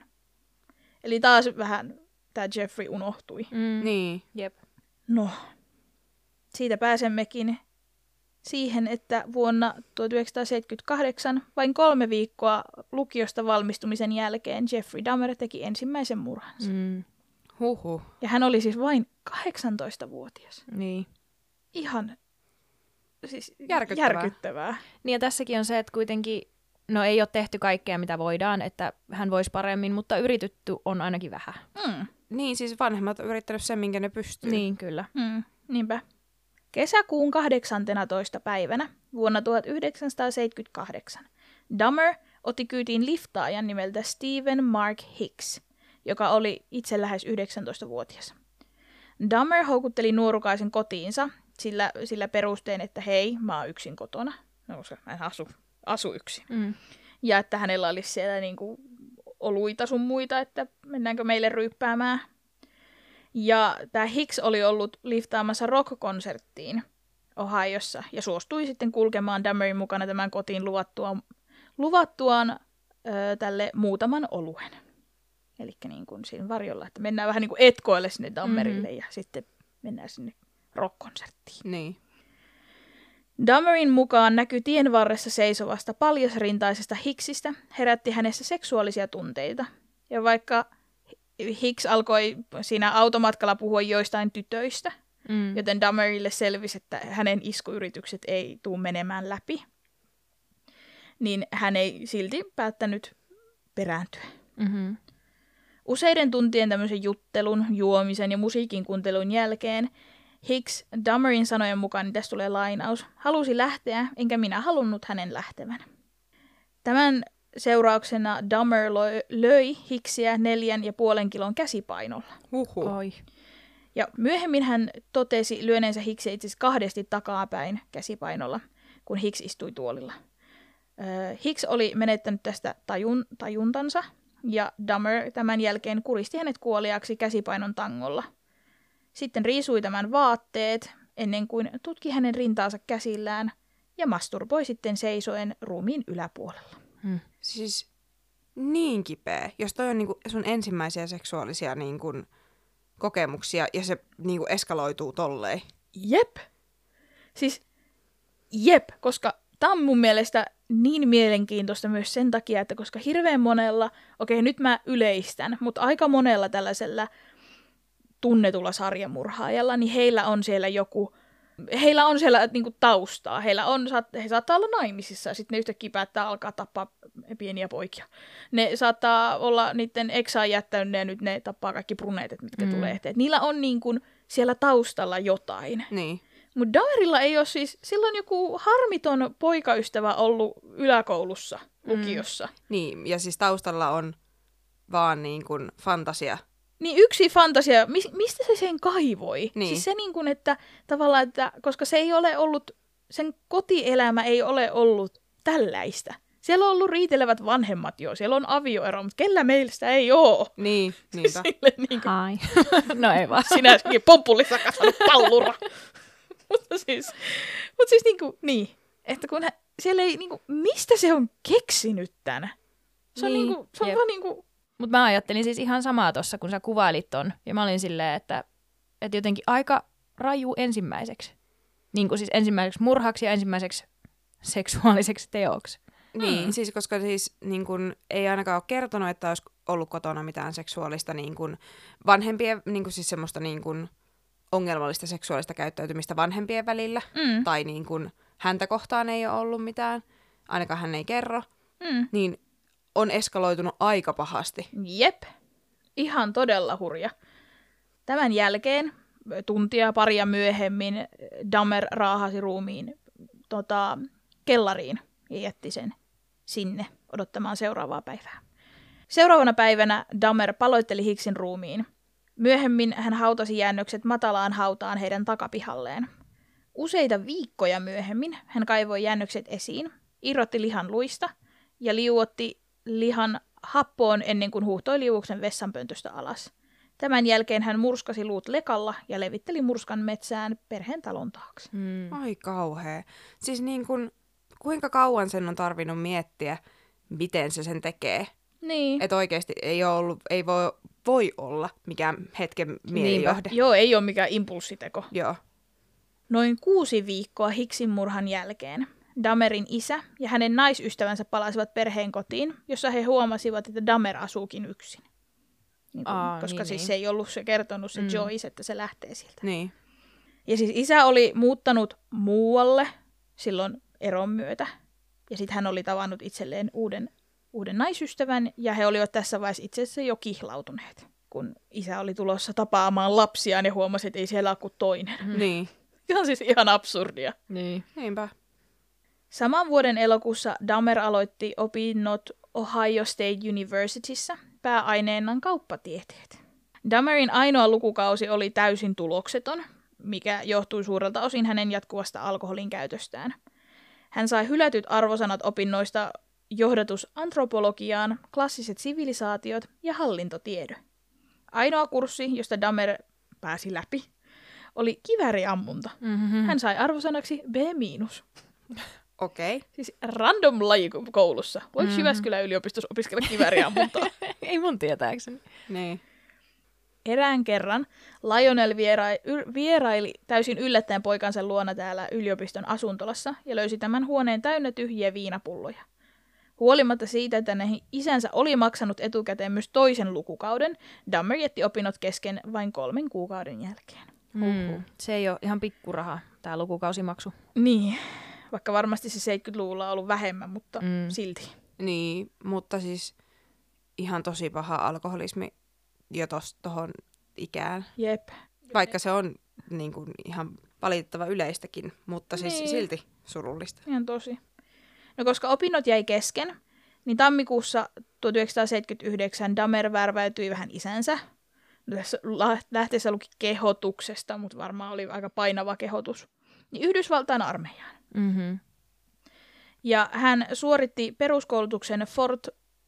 Eli taas vähän tämä Jeffrey unohtui.
Niin.
Jep.
No, siitä pääsemmekin siihen, että vuonna 1978, vain 3 viikkoa lukiosta valmistumisen jälkeen, Jeffrey Dahmer teki ensimmäisen murhansa.
Huhhuh.
Ja hän oli siis vain 18-vuotias.
Niin.
Ihan siis
Järkyttävää.
järkyttävää.
Niin ja tässäkin on se, että kuitenkin ei ole tehty kaikkea, mitä voidaan, että hän voisi paremmin, mutta yritetty on ainakin vähän.
Niin, siis vanhemmat on yrittänyt sen, minkä ne pystyy.
Niin, kyllä.
Niinpä. Kesäkuun 18. päivänä vuonna 1978 Dahmer otti kyytiin liftaajan nimeltä Stephen Mark Hicks, joka oli itse lähes 19-vuotias. Dahmer houkutteli nuorukaisen kotiinsa sillä perusteen, että hei, mä oon yksin kotona, koska mä en asu yksin. Ja että hänellä olisi siellä niinku oluita sun muita, että mennäänkö meille ryyppäämään. Ja tämä Hicks oli ollut liftaamassa rock-konserttiin Ohiossa ja suostui sitten kulkemaan Dahmerin mukana tämän kotiin luvattuaan tälle muutaman oluen. Eli niin kuin siinä varjolla, että mennään vähän niin kuin etkoille sinne Dahmerille ja sitten mennään sinne rock-konserttiin.
Niin.
Dahmerin mukaan näky tien varressa seisovasta paljasrintaisesta Hicksistä herätti hänessä seksuaalisia tunteita. Ja vaikka Hicks alkoi siinä automatkalla puhua joistain tytöistä, joten Dahmerille selvisi, että hänen iskuyritykset ei tule menemään läpi, niin hän ei silti päättänyt perääntyä.
Mm-hmm.
Useiden tuntien tämmöisen juttelun, juomisen ja musiikin kuuntelun jälkeen Hicks Dahmerin sanojen mukaan, niin tässä tulee lainaus, halusi lähteä, enkä minä halunnut hänen lähtevän. Tämän seurauksena Dahmer löi Hicksia 4,5 kilon käsipainolla.
Oi.
Ja myöhemmin hän totesi lyöneensä Hicksia itse asiassa 2 takapäin käsipainolla, kun Hicks istui tuolilla. Hicks oli menettänyt tästä tajuntansa, ja Dahmer tämän jälkeen kuristi hänet kuoliaaksi käsipainon tangolla. Sitten riisui tämän vaatteet, ennen kuin tutki hänen rintaansa käsillään, ja masturboi sitten seisoen ruumiin yläpuolella.
Siis niin kipeä, jos toi on niinku sun ensimmäisiä seksuaalisia niinku kokemuksia ja se niinku eskaloituu tolleen.
Jep. Siis jep, koska tää on mun mielestä niin mielenkiintoista myös sen takia, että koska hirveän monella, nyt mä yleistän, mutta aika monella tällaisella tunnetulla sarjamurhaajalla, niin heillä on siellä niinku taustaa. He saattaa olla naimisissa ja sitten ne yhtäkkiä päättää alkaa tappaa pieniä poikia. Ne saattaa olla niiden eksää jättänyt ja nyt ne tappaa kaikki bruneetit, mitkä tulee eteen. Niillä on niinku siellä taustalla jotain.
Niin.
Mutta Dahmerilla ei ole siis, sillä on joku harmiton poikaystävä ollut yläkoulussa, lukiossa.
Niin, ja siis taustalla on vaan niin kuin fantasia.
Niin yksi fantasia, mistä se sen kaivoi?
Niin.
Siis se niin kuin, että tavallaan, että koska se ei ole ollut, sen kotielämä ei ole ollut tällaista. Siellä on ollut riitelevät vanhemmat jo, siellä on avioero, mutta kellä meistä ei ole.
Niin, niinpä.
Sille niin kuin,
Ai. No ei vaan.
sinäkin pompulissa kasvanut pallura. Mutta siis niin kuin, niin, että kun siellä ei, niin kuin, mistä se on keksinyt tän? Se on,
Niin,
niin kuin, se on vaan niin kuin,
Mutta mä ajattelin siis ihan samaa tuossa, kun sä kuvailit ton. Ja mä olin silleen, että jotenkin aika raju ensimmäiseksi. Niin kuin siis ensimmäiseksi murhaksi ja ensimmäiseksi seksuaaliseksi teoksi.
Niin, siis koska siis niin kun, ei ainakaan ole kertonut, että olisi ollut kotona mitään seksuaalista niin kun, vanhempien, niin kun, siis semmoista niin kun, ongelmallista seksuaalista käyttäytymistä vanhempien välillä. Tai niin kun, häntä kohtaan ei ole ollut mitään, ainakaan hän ei kerro. Niin on eskaloitunut aika pahasti.
jep, ihan todella hurja. Tämän jälkeen, tuntia paria myöhemmin, Dahmer raahasi ruumiin kellariin ja jätti sen sinne odottamaan seuraavaa päivää. Seuraavana päivänä Dahmer paloitteli Hicksin ruumiin. Myöhemmin hän hautasi jäännökset matalaan hautaan heidän takapihalleen. Useita viikkoja myöhemmin hän kaivoi jäännökset esiin, irrotti lihan luista ja liuotti lihan happoon ennen kuin huuhtoi liuuksen vessanpöntöstä alas. Tämän jälkeen hän murskasi luut lekalla ja levitteli murskan metsään perheen talon taakse.
Ai kauhea. Siis niin kun, kuinka kauan sen on tarvinnut miettiä, miten se sen tekee?
Niin.
Että oikeasti ei voi olla mikään hetken mielijohde.
Joo, ei ole mikään impulssiteko.
Joo.
Noin 6 viikkoa Hicksin murhan jälkeen Dahmerin isä ja hänen naisystävänsä palasivat perheen kotiin, jossa he huomasivat, että Dahmer asuukin yksin. Koska
niin,
siis
niin.
se ei ollut se kertonut se Joyce, että se lähtee sieltä.
Niin.
Ja siis isä oli muuttanut muualle silloin eron myötä. Ja sitten hän oli tavannut itselleen uuden naisystävän, ja he olivat tässä vaiheessa itse asiassa jo kihlautuneet, kun isä oli tulossa tapaamaan lapsiaan ja huomasi, että ei siellä ole kuin toinen.
Niin.
Se on siis ihan absurdia.
Niin.
Niinpä.
Saman vuoden elokuussa Dahmer aloitti opinnot Ohio State Universityssä pääaineenaan kauppatieteet. Dahmerin ainoa lukukausi oli täysin tulokseton, mikä johtui suurelta osin hänen jatkuvasta alkoholin käytöstään. Hän sai hylätyt arvosanat opinnoista johdatus antropologiaan, klassiset sivilisaatiot ja hallintotiede. Ainoa kurssi, josta Dahmer pääsi läpi, oli kivääriammunta.
Mm-hmm.
Hän sai arvosanaksi B-.
Okei.
Siis random laji koulussa. Voiko Jyväskylän yliopistossa opiskella kivääriammuntaa?
Ei mun tietääkseni.
Niin.
Erään kerran Lionel vieraili täysin yllättäen poikansa luona täällä yliopiston asuntolassa ja löysi tämän huoneen täynnä tyhjiä viinapulloja. Huolimatta siitä, että isänsä oli maksanut etukäteen myös toisen lukukauden, Dahmer jätti opinnot kesken vain 3 kuukauden jälkeen.
Se ei ole ihan pikkuraha, tämä lukukausimaksu.
Niin, vaikka varmasti se 70-luvulla on ollut vähemmän, mutta silti.
Niin, mutta siis ihan tosi paha alkoholismi jo tohon ikään.
Jep.
Vaikka se on niin kuin, ihan valitettava yleistäkin, mutta siis
Niin.
silti surullista.
Ihan tosi. No koska opinnot jäi kesken, niin tammikuussa 1979 Dahmer värväytyi vähän isänsä. No tässä lähteessä luki kehotuksesta, mutta varmaan oli aika painava kehotus. Niin Yhdysvaltain armeijaan.
Mm-hmm.
Ja hän suoritti peruskoulutuksen Fort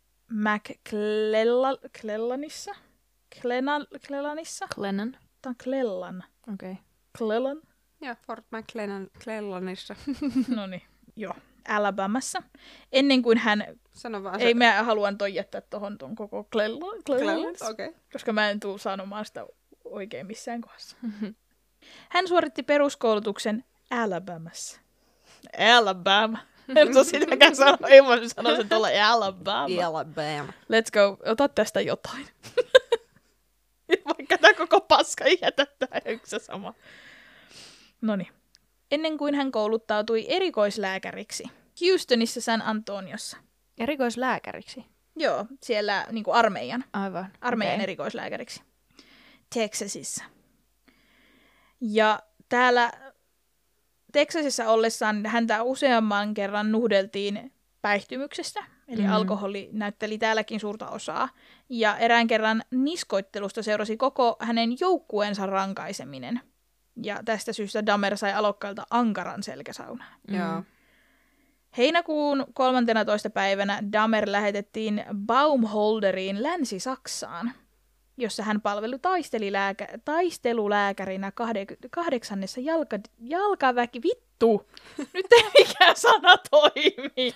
McClellanissa. Clellanissa?
Glennon.
Tämä on Clellan.
Okei.
Clellan?
Ja Fort McClellanissa.
No niin, joo. Alabamassa. Ennen kuin hän...
Sano vaan
Ei, mä haluan toi jättää tohon ton koko Clellan.
Okei.
Koska mä en tule sanomaan sitä oikein missään kohdassa. Hän suoritti peruskoulutuksen Alabamassa. Alabama. En ole sitäkään sanoa. Ei voi sanoa sen tuolla Alabama.
Alabama.
Let's go. Ota tästä jotain. Vaikka tämä koko paska ei jätä tähän yksi sama. Noniin. Ennen kuin hän kouluttautui erikoislääkäriksi Houstonissa San Antoniossa.
Erikoislääkäriksi.
Joo, siellä niin kuin armeijan
Aivan.
erikoislääkäriksi. Texasissa. Ja täällä Texasissa ollessaan häntä useamman kerran nuhdeltiin päihtymyksestä. Eli alkoholi näytteli täälläkin suurta osaa. Ja erään kerran niskoittelusta seurasi koko hänen joukkueensa rankaiseminen. Ja tästä syystä Dahmer sai alokkailta ankaran selkäsaunan.
Joo.
Heinäkuun 13. päivänä Dahmer lähetettiin Baumholderiin Länsi-Saksaan, jossa hän palveli taistelulääkärinä 8. jalkaväki... Vittu! Nyt ei mikään sana toimi!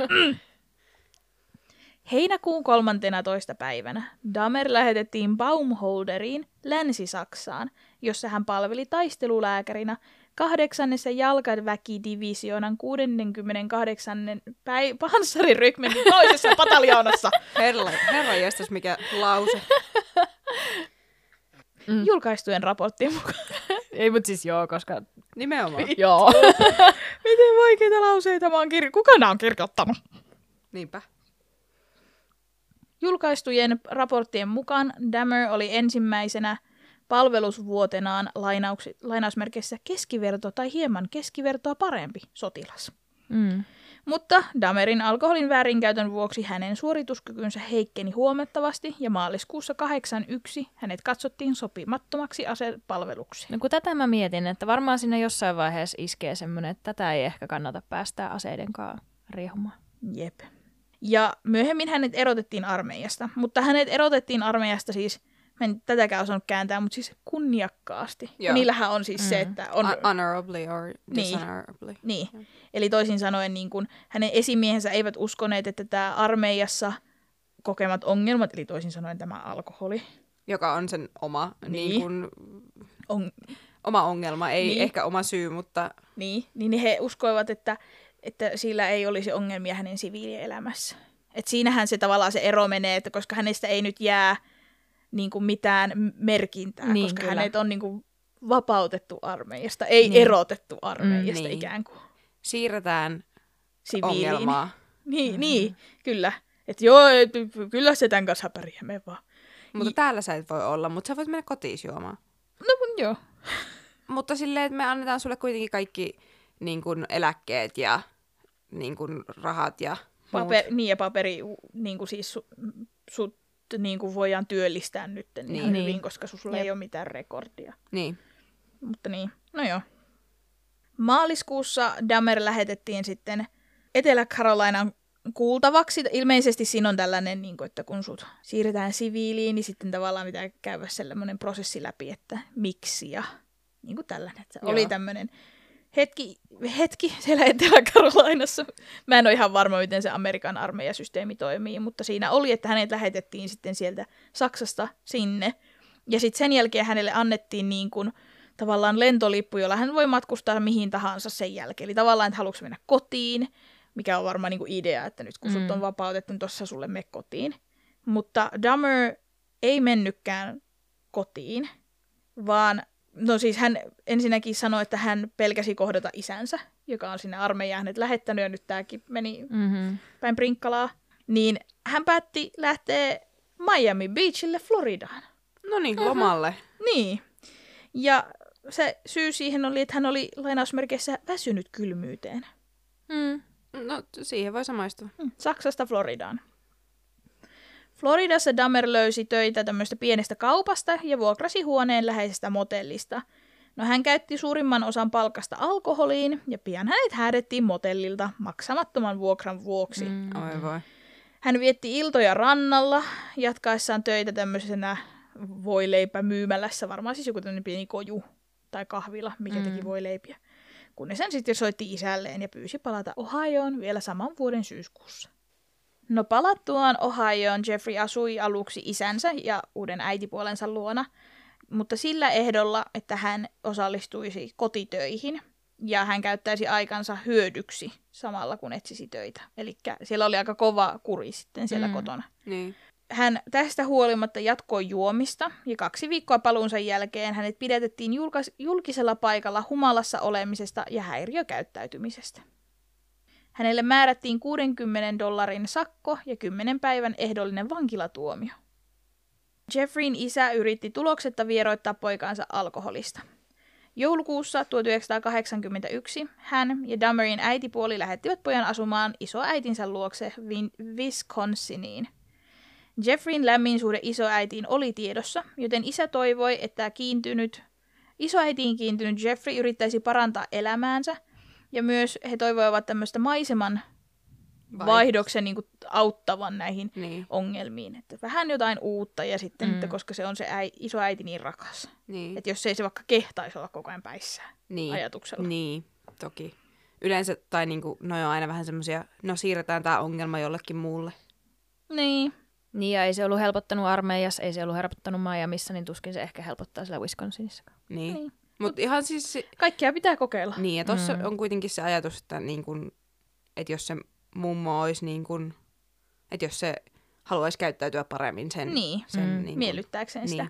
Heinäkuun 13. päivänä Dahmer lähetettiin Baumholderiin Länsi-Saksaan, jossa hän palveli taistelulääkärinä 8. jalkaväkidivisioonan 68. panssarirykmentin toisessa pataljoonassa.
Herra jestas, mikä lause.
Julkaistujen raporttien mukaan.
Ei, mutta siis joo, koska...
Nimenomaan.
Joo.
Miten vaikeita lauseita mä oon Kuka nää on kirjoittanut?
Niinpä.
Julkaistujen raporttien mukaan Dahmer oli ensimmäisenä palvelusvuotenaan lainausmerkeissä keskiverto tai hieman keskivertoa parempi sotilas. Mutta Dahmerin alkoholin väärinkäytön vuoksi hänen suorituskykynsä heikkeni huomattavasti ja maaliskuussa 81 hänet katsottiin sopimattomaksi asepalvelukseen.
No kun tätä mä mietin, että varmaan siinä jossain vaiheessa iskee semmoinen, että tätä ei ehkä kannata päästää aseidenkaan riehumaan.
Jep. Ja myöhemmin hänet erotettiin armeijasta, mutta hänet erotettiin armeijasta siis, mä en tätäkään osannut kääntää, mutta siis kunniakkaasti. Ja niillähän on siis se, että on...
Honorably or dishonorably.
Niin. Eli toisin sanoen niin kun hänen esimiehensä eivät uskoneet, että tämä armeijassa kokemat ongelmat, eli toisin sanoen tämä alkoholi.
Joka on sen oma, niin kun, oma ongelma, ei
niin.
ehkä oma syy, mutta...
Niin he uskoivat, että sillä ei olisi ongelmia hänen siviilielämässä. Et siinähän se tavallaan se ero menee, että koska hänestä ei nyt jää niin kuin mitään merkintää,
Niin,
koska
kyllä.
hänet on niin kuin vapautettu armeijasta, ei erotettu armeijasta
niin.
ikään kuin
Siirretään
siviiliin.
ongelmaa.
Niin, kyllä. Että joo, kyllä se tämän kanssa pärjää, me vaan.
Mutta täällä sä et voi olla, mutta sä voit mennä kotiin juomaan.
No joo.
Mutta silleen, että me annetaan sulle kuitenkin kaikki niin kun, eläkkeet ja niin kun, rahat ja muut.
Niin ja paperi, niin kuin siis sut niin kuin voidaan työllistää nyt ihan
Niin.
hyvin, koska sulla ei ole mitään rekordia.
Niin.
Mutta niin, no joo. Maaliskuussa Dahmer lähetettiin sitten Etelä-Carolinan kuultavaksi. Ilmeisesti siinä on tällainen, niin kuin, että kun sut siirretään siviiliin, niin sitten tavallaan pitää käydä sellainen prosessi läpi, että miksi ja niin kuin tällainen. Että oli tämmöinen hetki siellä Etelä-Carolinassa. Mä en ole ihan varma, miten se Amerikan armeijasysteemi toimii, mutta siinä oli, että hänet lähetettiin sitten sieltä Saksasta sinne. Ja sitten sen jälkeen hänelle annettiin niin kuin tavallaan lentolippu, jolla hän voi matkustaa mihin tahansa sen jälkeen. Eli tavallaan, että haluatko mennä kotiin, mikä on varmaan niin kuin idea, että nyt kun sut on vapautettu, niin tossa sulle mene kotiin. Mutta Dahmer ei mennytkään kotiin, vaan no siis hän ensinnäkin sanoi, että hän pelkäsi kohdata isänsä, joka on sinne armeijaan hänet lähettänyt, ja nyt tämäkin meni päin prinkkalaa. Niin hän päätti lähteä Miami Beachille Floridaan.
No niin, lomalle.
Niin. Ja se syy siihen oli, että hän oli lainausmerkeissä väsynyt kylmyyteen.
No siihen voi samaistua.
Saksasta Floridaan. Floridassa Dahmer löysi töitä tämmöistä pienestä kaupasta ja vuokrasi huoneen läheisestä motellista. No hän käytti suurimman osan palkasta alkoholiin ja pian hänet häädettiin motellilta maksamattoman vuokran vuoksi.
Oi voi.
Hän vietti iltoja rannalla jatkaessaan töitä tämmöisenä voileipämyymälässä, varmaan siis joku tämmöinen pieni koju tai kahvila, mikä teki voileipiä. Kunnes hän sitten soitti isälleen ja pyysi palata Ohioon vielä saman vuoden syyskuussa. No palattuaan Ohioon Jeffrey asui aluksi isänsä ja uuden äitipuolensa luona, mutta sillä ehdolla, että hän osallistuisi kotitöihin ja hän käyttäisi aikansa hyödyksi samalla kun etsisi töitä. Eli siellä oli aika kova kuri sitten siellä kotona.
Niin.
Hän tästä huolimatta jatkoi juomista ja 2 viikkoa paluunsa jälkeen hänet pidätettiin julkisella paikalla humalassa olemisesta ja häiriökäyttäytymisestä. Hänelle määrättiin $60 sakko ja 10 päivän ehdollinen vankilatuomio. Jeffreyn isä yritti tuloksetta vieroittaa poikaansa alkoholista. Joulukuussa 1981 hän ja Dahmerin äitipuoli lähettivät pojan asumaan isoäitinsä luokse Wisconsiniin. Jeffreyn lämmin suhde isoäitiin oli tiedossa, joten isä toivoi, että isoäitiin kiintynyt Jeffrey yrittäisi parantaa elämäänsä, ja myös he toivoivat tämmöistä maiseman vaihdoksen niin kuin auttavan näihin ongelmiin. Että vähän jotain uutta ja sitten, että koska se on se isoäiti niin rakas.
Niin.
Että jos ei se vaikka kehtaisi olla koko ajan päissään ajatuksella.
Niin, toki. Yleensä, tai niinku, no on aina vähän semmoisia, no siirretään tämä ongelma jollekin muulle.
Niin.
Niin, ja ei se ollut helpottanut armeijassa, ei se ollut helpottanut Miamissa, niin tuskin se ehkä helpottaa siellä Wisconsinissakaan.
Niin. Mutta ihan siis...
Kaikkea pitää kokeilla.
Niin, ja tuossa on kuitenkin se ajatus, että, niin kun, että jos se mummo olisi niin kun, että jos se haluaisi käyttäytyä paremmin sen...
Niin,
sen
miellyttääkseen sitä.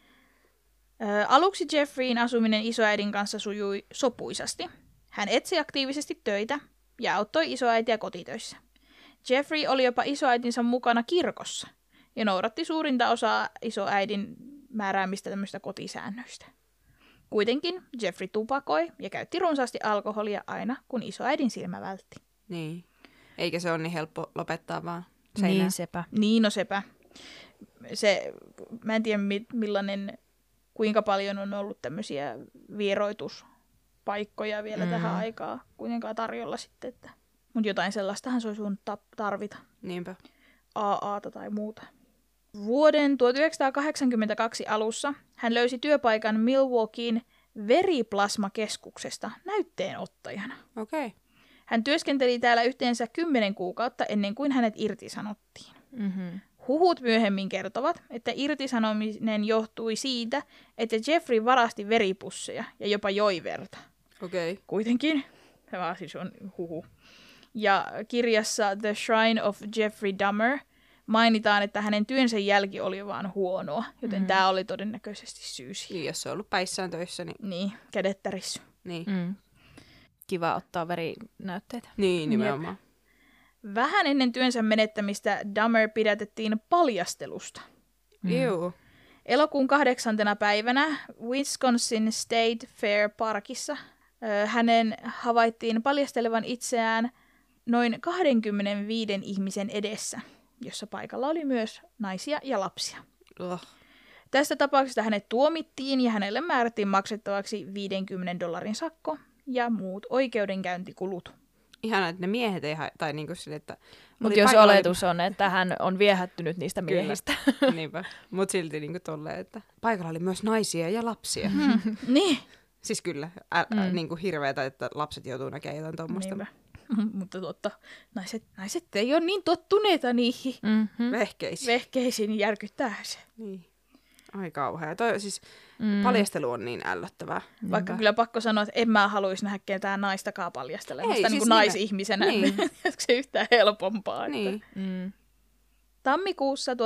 Aluksi Jeffreyn asuminen isoäidin kanssa sujui sopuisasti. Hän etsi aktiivisesti töitä ja auttoi isoäitiä kotitöissä. Jeffrey oli jopa isoäitinsä mukana kirkossa ja noudatti suurinta osaa isoäidin määräämistä tämmöistä kotisäännöistä. Kuitenkin Jeffrey tupakoi ja käytti runsaasti alkoholia aina, kun isoäidin silmä vältti.
Niin. Eikä se ole niin helppo lopettaa vaan seinään.
Niin sepä.
Niin, no sepä. Mä en tiedä kuinka paljon on ollut tämmöisiä vieroituspaikkoja vielä tähän aikaan kuitenkaan tarjolla sitten. Mutta jotain sellaistahan se olisi voinut tarvita.
Niinpä.
AA:ta tai muuta. Vuoden 1982 alussa hän löysi työpaikan Milwaukeein veriplasmakeskuksesta näytteenottajana.
Okei. Okay.
Hän työskenteli täällä yhteensä 10 kuukautta ennen kuin hänet irtisanottiin. Huhut myöhemmin kertovat, että irtisanominen johtui siitä, että Jeffrey varasti veripusseja ja jopa joi verta.
Okei. Okay.
Kuitenkin, tämä siis on huhu. Ja kirjassa The Shrine of Jeffrey Dahmer mainitaan, että hänen työnsä jälki oli vaan huonoa, joten tämä oli todennäköisesti syy siihen.
Niin, jos se on ollut päissään töissä, niin...
Niin, kädet tärissy.
Niin,
Kiva ottaa verinäytteitä.
niin nimenomaan.
Vähän ennen työnsä menettämistä Dahmer pidätettiin paljastelusta.
Juu.
Elokuun 8. päivänä Wisconsin State Fair Parkissa hänen havaittiin paljastelevan itseään noin 25 ihmisen edessä, jossa paikalla oli myös naisia ja lapsia. Tästä tapauksesta hänet tuomittiin ja hänelle määrättiin maksettavaksi $50 sakko ja muut oikeudenkäyntikulut.
Ihana, että ne miehet ei tai niinku sille, että...
Mutta jos oletus on, että hän on viehättynyt niistä miehistä.
Niinpä. Mut silti niinku tolleen, että paikalla oli myös naisia ja lapsia.
Niin.
Siis kyllä, niinku hirveetä, että lapset joutuu näkemään jotain tommoista.
Niinpä. Mutta totta, naiset ei ole niin tottuneita niihin vehkeisiin, järkyttää se.
Niin. Ai kauhea. Toi siis paljastelu on niin ällöttävää.
Vaikka kyllä pakko sanoa, että en mä haluaisi nähdä ketään naistakaan paljastelemasta
Ei,
niin
siis
kuin naisihmisenä.
Niin.
Onko se yhtään helpompaa?
Niin.
Tammikuussa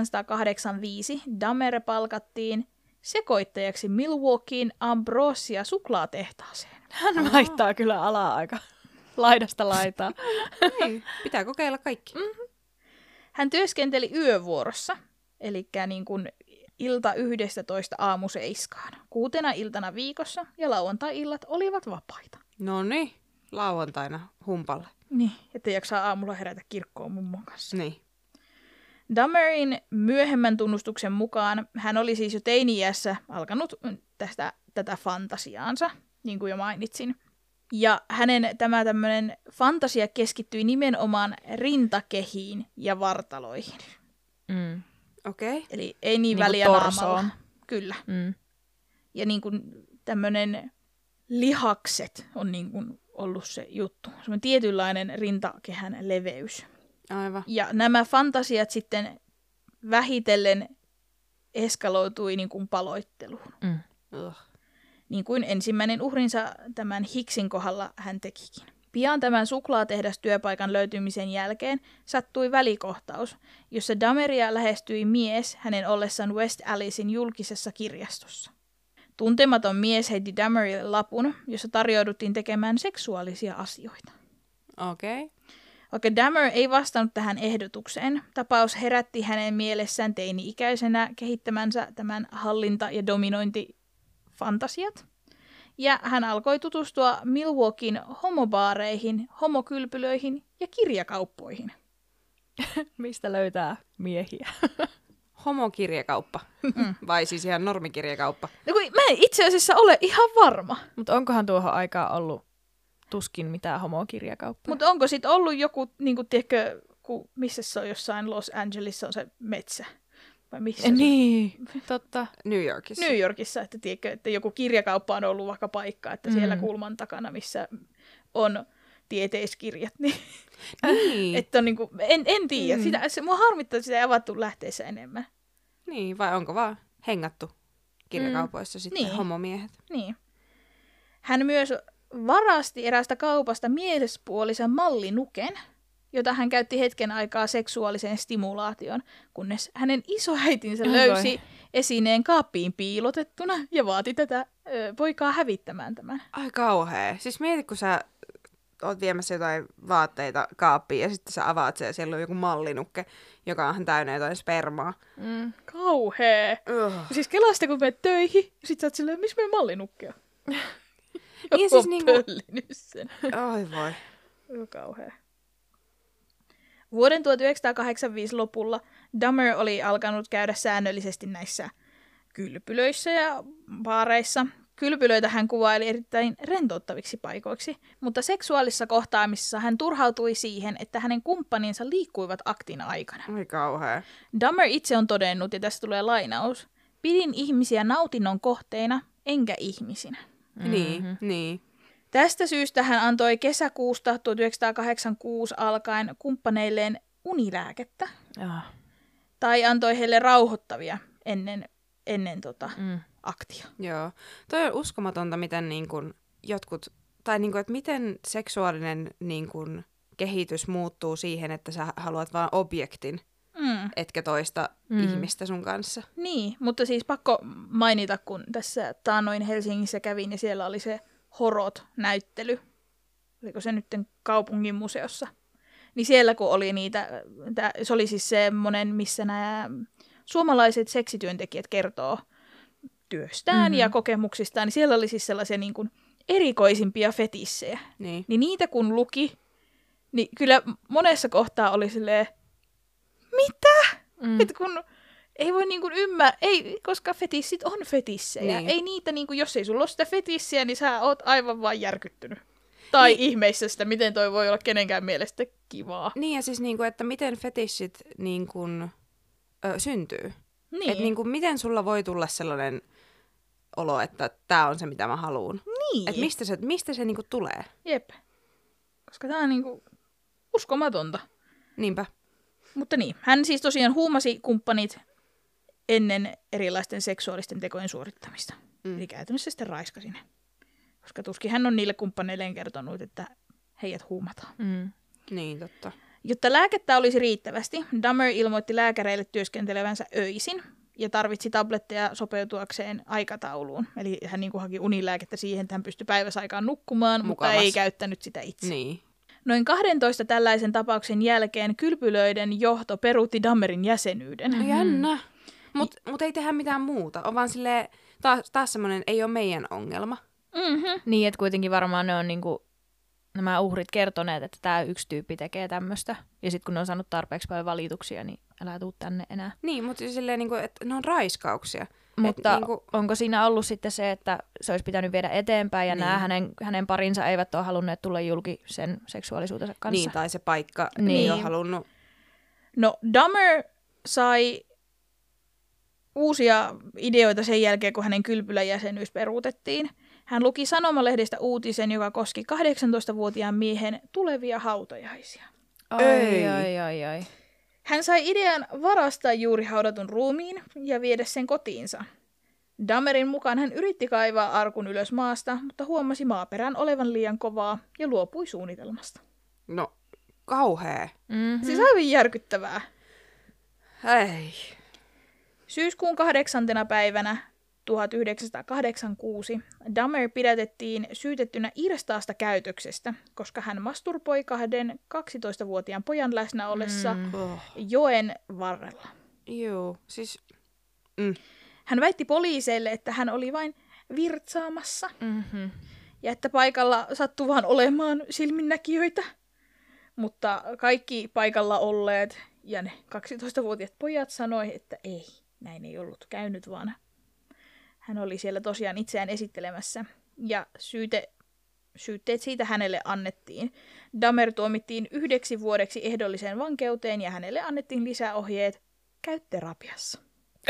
1985 Dahmer palkattiin sekoittajaksi Milwaukeein Ambrosia suklaatehtaaseen.
Hän vaihtaa kyllä alaa aika laidasta laitaa.
Niin. Pitää kokeilla kaikki.
Hän työskenteli yövuorossa, eli niin kuin ilta 11 aamu 7. 6 iltana viikossa ja lauantai-illat olivat vapaita.
No niin, lauantaina humpalle.
Niin, ettei jaksaa aamulla herätä kirkkoon mummon kanssa.
Niin.
Dahmerin myöhemmän tunnustuksen mukaan hän oli siis jo teini-iässä alkanut tätä fantasiaansa, niin kuin jo mainitsin. Ja hänen tämä tämmöinen fantasia keskittyi nimenomaan rintakehiin ja vartaloihin.
Okei.
Eli ei niin väliä naamalla. Kyllä. Ja niin kuin tämmöinen lihakset on niin kuin ollut se juttu. Semmoinen tietynlainen rintakehän leveys.
Aivan.
Ja nämä fantasiat sitten vähitellen eskaloitui niin kuin paloitteluun. Niin kuin ensimmäinen uhrinsa tämän Hicksin kohdalla hän tekikin. Pian tämän suklaatehdastyöpaikan löytymisen jälkeen sattui välikohtaus, jossa Dahmeria lähestyi mies hänen ollessaan West Allisin julkisessa kirjastossa. Tuntematon mies heitti Dahmerille lapun, jossa tarjouduttiin tekemään seksuaalisia asioita.
Okei.
Vaikka Dahmer ei vastannut tähän ehdotukseen, tapaus herätti hänen mielessään teini-ikäisenä kehittämänsä tämän hallinta- ja dominointifantasiat. Ja hän alkoi tutustua Milwaukeein homobaareihin, homokylpylöihin ja kirjakauppoihin.
Mistä löytää miehiä?
Homokirjakauppa. Vai siis ihan normikirjakauppa?
No kun mä en itse asiassa ole ihan varma.
Mutta onkohan tuohon aikaan ollut tuskin mitään homokirjakauppaa?
Mutta onko sitten ollut joku, niin kuin, tiedätkö, missä se on jossain Los Angelesissa on se metsä? Vai missä
niin, totta.
New Yorkissa.
New Yorkissa, että, tiedätkö, että joku kirjakauppa on ollut vaikka paikka, että siellä kulman takana, missä on tieteiskirjat. Niin. Että on niin kuin, en tiedä. Mua harmittaa, että sitä ei avattu lähteessä enemmän.
Niin, vai onko vaan hengattu kirjakaupoissa sitten homomiehet?
Niin. Hän myös varasti eräästä kaupasta miespuolisen mallinuken, jota hän käytti hetken aikaa seksuaaliseen stimulaatioon, kunnes hänen isoäitinsä löysi esineen kaappiin piilotettuna ja vaati tätä poikaa hävittämään tämän.
Ai kauhea. Siis mieti, kun sä oot viemässä jotain vaatteita kaappiin ja sitten sä avaat sen ja siellä on joku mallinukke, joka on täynnä jotain spermaa.
Kauhea. Siis kelasta, kun menet töihin ja sit sä oot silleen, missä meidän mallinukke on? Joku
siis
on
niinku
pöllinyt sen.
Ai voi.
Kauhea. Vuoden 1985 lopulla Dahmer oli alkanut käydä säännöllisesti näissä kylpylöissä ja baareissa. Kylpylöitä hän kuvaili erittäin rentouttaviksi paikoiksi, mutta seksuaalisessa kohtaamisessa hän turhautui siihen, että hänen kumppaninsa liikkuivat aktin aikana.
Ai kauhea.
Dahmer itse on todennut, ja tästä tulee lainaus, pidin ihmisiä nautinnon kohteina, enkä ihmisinä.
Niin.
Tästä syystä hän antoi kesäkuusta 1986 alkaen kumppaneilleen unilääkettä. Tai antoi heille rauhoittavia ennen aktia.
Joo. Toi on uskomatonta, miten niin kun jotkut, tai niin kun, että miten seksuaalinen niin kun kehitys muuttuu siihen, että sä haluat vaan objektin etkä toista ihmistä sun kanssa.
Niin, mutta siis pakko mainita, kun tässä taannoin Helsingissä kävin ja siellä oli se Horot-näyttely. Oliko se nyt kaupungin museossa? Niin siellä kun oli niitä, se oli siis semmoinen, missä nämä suomalaiset seksityöntekijät kertoo työstään ja kokemuksistaan, niin siellä oli siis sellaisia niin kuin erikoisimpia fetissejä.
Niin.
Niin niitä kun luki, niin kyllä monessa kohtaa oli silleen, mitä? Että kun ei voi niin kuin ei, koska fetissit on fetissejä.
Niin.
Ei niitä, niin kuin, jos ei sulla ole sitä fetissiä, niin sä oot aivan vaan järkyttynyt. Tai ihmeissä sitä, miten toi voi olla kenenkään mielestä kivaa.
Niin ja siis, niin kuin, että miten fetissit niin kuin, syntyy.
Niin.
Että niin kuin, miten sulla voi tulla sellainen olo, että tää on se, mitä mä haluun.
Niin.
Että mistä se niin kuin tulee.
Jep. Koska tää on niinku uskomatonta.
Niinpä.
Mutta niin, hän siis tosiaan huumasi kumppanit ennen erilaisten seksuaalisten tekojen suorittamista. Eli käytännössä sitten raiskasi ne. Koska tuskin hän on niille kumppaneilleen kertonut, että heidät huumataan.
Niin, totta.
Jotta lääkettä olisi riittävästi, Dahmer ilmoitti lääkäreille työskentelevänsä öisin ja tarvitsi tabletteja sopeutuakseen aikatauluun. Eli hän niin kuin haki unilääkettä siihen, että hän pystyi päiväsaikaan nukkumaan,
Mukavas.
mutta ei käyttänyt sitä itse.
Niin.
Noin 12 tällaisen tapauksen jälkeen kylpylöiden johto peruutti Dahmerin jäsenyyden.
No jännä. Mut ei tehdä mitään muuta. On vaan silleen, taas semmoinen, ei ole meidän ongelma.
Niin, että kuitenkin varmaan ne on niinku, nämä uhrit kertoneet, että tämä yksi tyyppi tekee tämmöistä. Ja sitten kun ne on saanut tarpeeksi paljon valituksia, niin älä tuu tänne enää.
Niin, mutta silleen, niin kuin, että ne on raiskauksia.
Mutta
niin kuin,
onko siinä ollut sitten se, että se olisi pitänyt viedä eteenpäin ja
Niin.
nämä hänen parinsa eivät ole halunneet tulla julki sen seksuaalisuutensa kanssa?
niin, tai se paikka
Niin.
ei ole halunnut.
No, Dahmer sai uusia ideoita sen jälkeen, kun hänen kylpyläjäsenyys peruutettiin. Hän luki sanomalehdestä uutisen, joka koski 18-vuotiaan miehen tulevia hautajaisia.
Ai.
Hän sai idean varastaa juuri haudatun ruumiin ja viedä sen kotiinsa. Dahmerin mukaan hän yritti kaivaa arkun ylös maasta, mutta huomasi maaperän olevan liian kovaa ja luopui suunnitelmasta.
No, kauhea.
Siis aivan järkyttävää.
Ei.
Syyskuun 8. päivänä 1986 Dahmer pidätettiin syytettynä irstaasta käytöksestä, koska hän masturboi 12-vuotiaan pojan läsnä ollessa joen varrella.
Joo, siis...
Hän väitti poliiseille, että hän oli vain virtsaamassa ja että paikalla sattui vaan olemaan silminnäkijöitä. Mutta kaikki paikalla olleet ja ne 12-vuotiaat pojat sanoi, että ei, näin ei ollut käynyt, vaan hän oli siellä tosiaan itseään esittelemässä ja syytteet siitä hänelle annettiin. Dahmer tuomittiin 9 vuodeksi ehdolliseen vankeuteen ja hänelle annettiin lisäohjeet, käy terapiassa.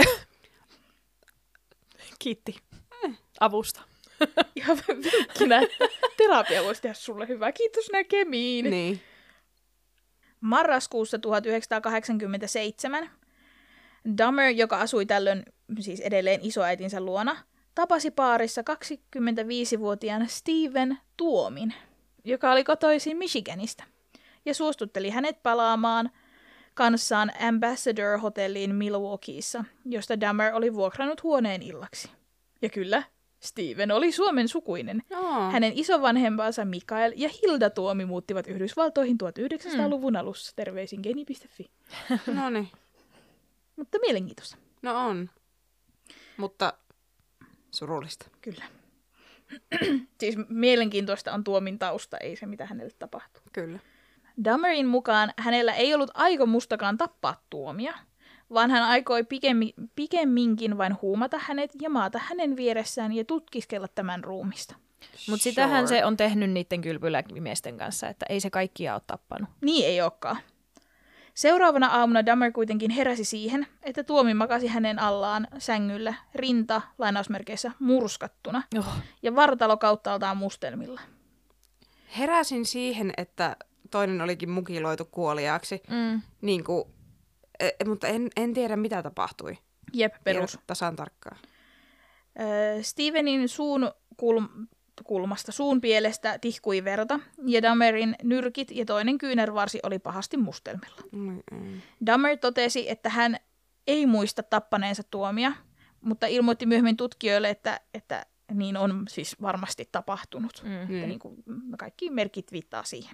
Kiitti avusta.
Ihan vinkkinä, että terapia voisi tehdä sulle hyvää. Kiitos näkemiin.
Niin.
Marraskuussa 1987 Dahmer, joka asui tällöin siis edelleen isoäitinsä luona, tapasi baarissa 25-vuotiaan Steven Tuomin, joka oli kotoisin Michiganista, ja suostutteli hänet palaamaan kanssaan Ambassador-hotelliin Milwaukeeissa, josta Dahmer oli vuokrannut huoneen illaksi. Ja kyllä, Steven oli Suomen sukuinen. Hänen isovanhempansa Mikael ja Hilda Tuomi muuttivat Yhdysvaltoihin 1900-luvun alussa. Terveisin geni.fi.
Noniin.
Mutta mielenkiintoista.
No on. Mutta surullista.
Kyllä. Siis mielenkiintoista on Tuomin tausta, ei se mitä hänelle tapahtuu.
Kyllä.
Dahmerin mukaan hänellä ei ollut aikomustakaan tappaa Tuomia, vaan hän aikoi pikemminkin vain huumata hänet ja maata hänen vieressään ja tutkiskella tämän ruumista.
Mutta sitähän se on tehnyt niiden kylpylämiesten kanssa, että ei se kaikkia ole tappanut.
Niin ei olekaan. Seuraavana aamuna Dahmer kuitenkin heräsi siihen, että Tuomi makasi hänen allaan sängyllä rinta lainausmerkeissä murskattuna ja vartalo kauttaaltaan mustelmilla.
Heräsin siihen, että toinen olikin mukiloitu kuoliaaksi, niin kuin, mutta en tiedä mitä tapahtui.
Jep, perus.
Tasan tarkkaan.
Stevenin suun kulmasta. Suun pielestä tihkui verta ja Dahmerin nyrkit ja toinen kyynärvarsi oli pahasti mustelmilla. Dahmer totesi, että hän ei muista tappaneensa Tuomia, mutta ilmoitti myöhemmin tutkijoille, että niin on siis varmasti tapahtunut. Että niin kuin kaikki merkit viittaa siihen.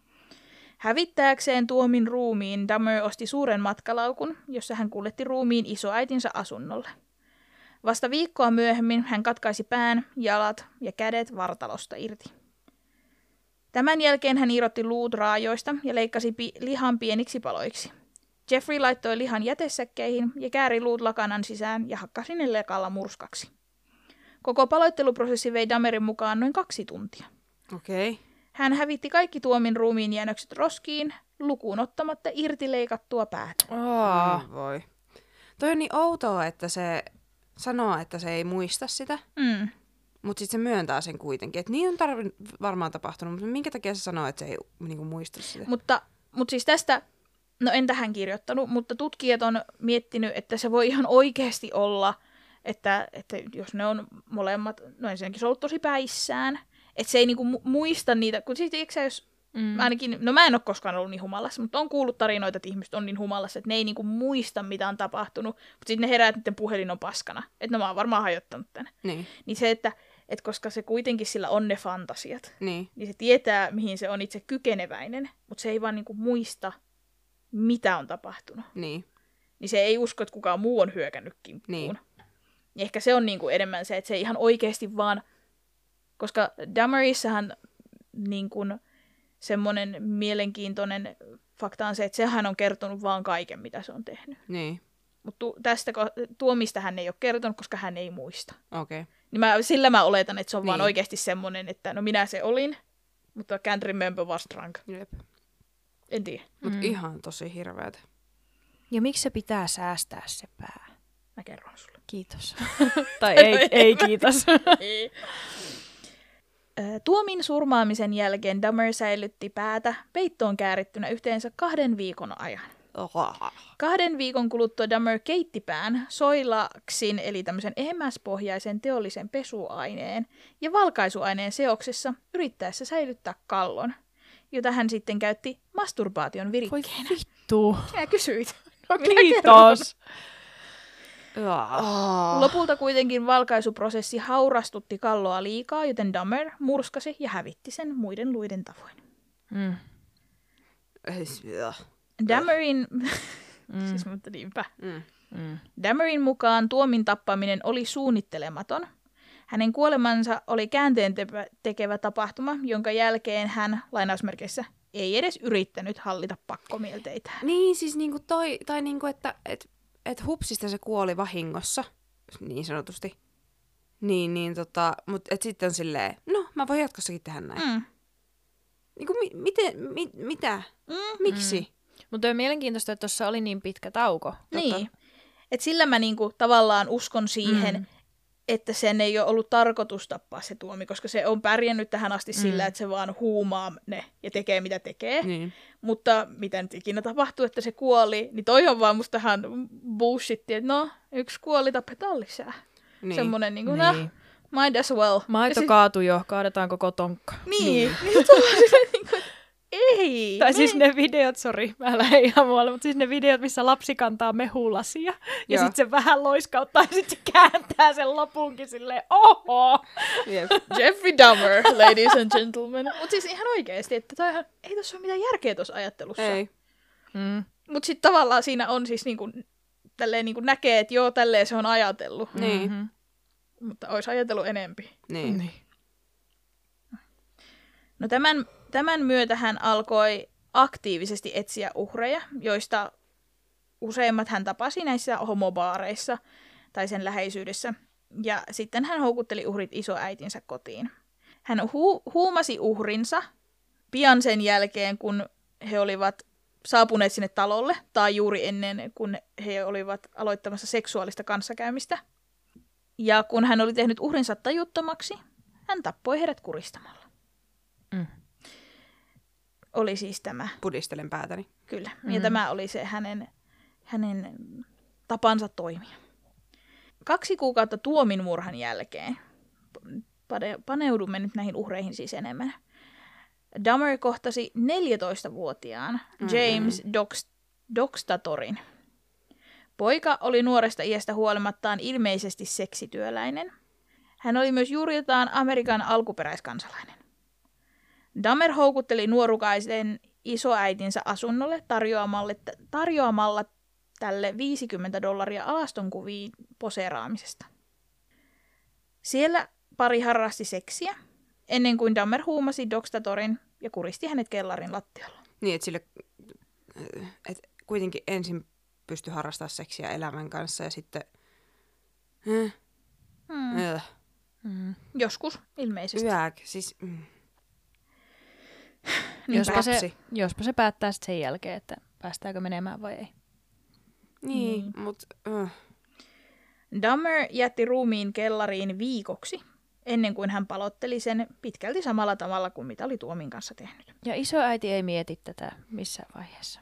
Hävittääkseen Tuomin ruumiin Dahmer osti suuren matkalaukun, jossa hän kuljetti ruumiin isoäitinsä asunnolle. Vasta viikkoa myöhemmin hän katkaisi pään, jalat ja kädet vartalosta irti. Tämän jälkeen hän irrotti luut raajoista ja leikkasi lihan pieniksi paloiksi. Jeffrey laittoi lihan jätesäkkeihin ja kääri luut lakanan sisään ja hakkasi ne lekalla murskaksi. Koko paloitteluprosessi vei Dahmerin mukaan noin 2 tuntia.
Okei.
Hän hävitti kaikki Tuomin ruumiin jäännökset roskiin, lukuun ottamatta irti leikattua päätä.
Voi. Toi on niin outoa, että se sanoo, että se ei muista sitä, mutta sitten se myöntää sen kuitenkin. Että niin on varmaan tapahtunut, mutta minkä takia se sanoo, että se ei niinku muista sitä?
Mutta siis tästä, no en tähän kirjoittanut, mutta tutkijat on miettinyt, että se voi ihan oikeasti olla, että jos ne on molemmat, no ensinnäkin se on ollut tosi päissään, että se ei niinku muista niitä, kun siis jos ainakin, no mä en ole koskaan ollut niin humalassa, mutta on kuullut tarinoita, että ihmiset on niin humalassa, että ne ei niinku muista, mitä on tapahtunut, mutta sitten ne herää, että niiden puhelin on paskana. Että no mä oon varmaan hajottanut tänne. Niin se, että koska se kuitenkin sillä on ne fantasiat, niin se tietää, mihin se on itse kykeneväinen, mutta se ei vaan niinku muista, mitä on tapahtunut. Niin se ei usko, että kukaan muu on hyökännyt kimppuun. Niin ehkä se on niinku enemmän se, että se ei ihan oikeasti vaan, koska Dahmerissahan niinku semmoinen mielenkiintoinen fakta on se, että sehän on kertonut vaan kaiken, mitä se on tehnyt. Niin. Mutta Tuomista hän ei ole kertonut, koska hän ei muista.
Okei.
Niin sillä mä oletan, että se on vaan oikeasti semmoinen, että no minä se olin, mutta can't remember was drunk.
Jep.
En tiedä.
Mutta ihan tosi hirveätä.
Ja miksi se pitää säästää se pää?
Mä kerron sulle.
Kiitos. Tai ei kiitos.
Tuomin surmaamisen jälkeen Dahmer säilytti päätä peittoon käärittynä yhteensä 2 viikon ajan. 2 viikon kuluttua Dahmer keitti pään soilaksin, eli tämmöisen emäspohjaisen teollisen pesuaineen ja valkaisuaineen seoksessa yrittäessä säilyttää kallon, jota hän sitten käytti masturbaation virikkeenä.
Voi vittu.
Sinä kysyit. No,
kiitos.
Lopulta kuitenkin valkaisuprosessi haurastutti kalloa liikaa, joten Dahmer murskasi ja hävitti sen muiden luiden tavoin. Dahmerin... siis mutta niinpä. Dahmerin mukaan Tuomin tappaminen oli suunnittelematon. Hänen kuolemansa oli käänteen tekevä tapahtuma, jonka jälkeen hän, lainausmerkeissä, ei edes yrittänyt hallita pakkomielteitään.
Niin, siis niinku tai niinku, että hupsista se kuoli vahingossa, niin sanotusti. Mutta sitten on silleen, no mä voin jatkossakin tehdä näin. Niinku mitä? Miksi?
Mutta on mielenkiintoista, että tuossa oli niin pitkä tauko.
Niin. Että sillä mä niinku tavallaan uskon siihen, että sen ei ole ollut tarkoitus tappaa se Tuomi, koska se on pärjännyt tähän asti sillä, että se vaan huumaa ne ja tekee mitä tekee. Niin. Mutta mitä nyt ikinä tapahtuu, että se kuoli, niin toi on vaan musta ihan bullshittia, että no, yksi kuoli, tapetaan lisää. Niin. Semmoinen niinku, no, might as well.
Maito kaatui jo, kaadetaan koko tonkka.
Niin se tulee silleen niinku, ei.
Tai siis ne videot, sori, mä lähden ihan muualle, mutta siis ne videot, missä lapsi kantaa mehulasia. Ja sitten se vähän loiskauttaa ja sitten se kääntää sen lopunkin silleen, oho!
Yep. Jeffrey Dahmer, ladies and gentlemen. Mutta siis ihan oikeasti, että toihan, ei tuossa ole mitään järkeä tuossa ajattelussa.
Ei.
Mutta sitten tavallaan siinä on siis niinku, tälleen niinku näkee, että joo, tälleen se on ajatellut.
Niin.
Mutta olisi ajatellut enempi.
Niin.
No tämän myötä hän alkoi aktiivisesti etsiä uhreja, joista useimmat hän tapasi näissä homobaareissa tai sen läheisyydessä. Ja sitten hän houkutteli uhrit isoäitinsä kotiin. Hän huumasi uhrinsa pian sen jälkeen, kun he olivat saapuneet sinne talolle, tai juuri ennen, kun he olivat aloittamassa seksuaalista kanssakäymistä. Ja kun hän oli tehnyt uhrinsa tajuttomaksi, hän tappoi heidät kuristamalla. Oli siis tämä.
Pudistelen päätäni.
Kyllä. Ja tämä oli se hänen tapansa toimia. 2 kuukautta Tuomin murhan jälkeen paneudumme nyt näihin uhreihin siis enemmän. Dahmer kohtasi 14-vuotiaan James Doxtatorin. Poika oli nuoresta iästä huolimattaan ilmeisesti seksityöläinen. Hän oli myös juuriltaan Amerikan alkuperäiskansalainen. Dahmer houkutteli nuorukaisen isoäitinsä asunnolle tarjoamalla tälle $50 alastonkuviin poseeraamisesta. Siellä pari harrasti seksiä, ennen kuin Dahmer huumasi Doxtatorin ja kuristi hänet kellarin lattialla.
Niin, että sille kuitenkin ensin pystyi harrastamaan seksiä elämän kanssa ja sitten...
Joskus, ilmeisesti.
Siis...
Jospa se päättää sitten sen jälkeen, että päästäänkö menemään vai ei.
Niin, mutta...
Dahmer jätti ruumiin kellariin viikoksi, ennen kuin hän palotteli sen pitkälti samalla tavalla kuin mitä oli Tuomin kanssa tehnyt.
Ja isoäiti ei mieti tätä missään vaiheessa.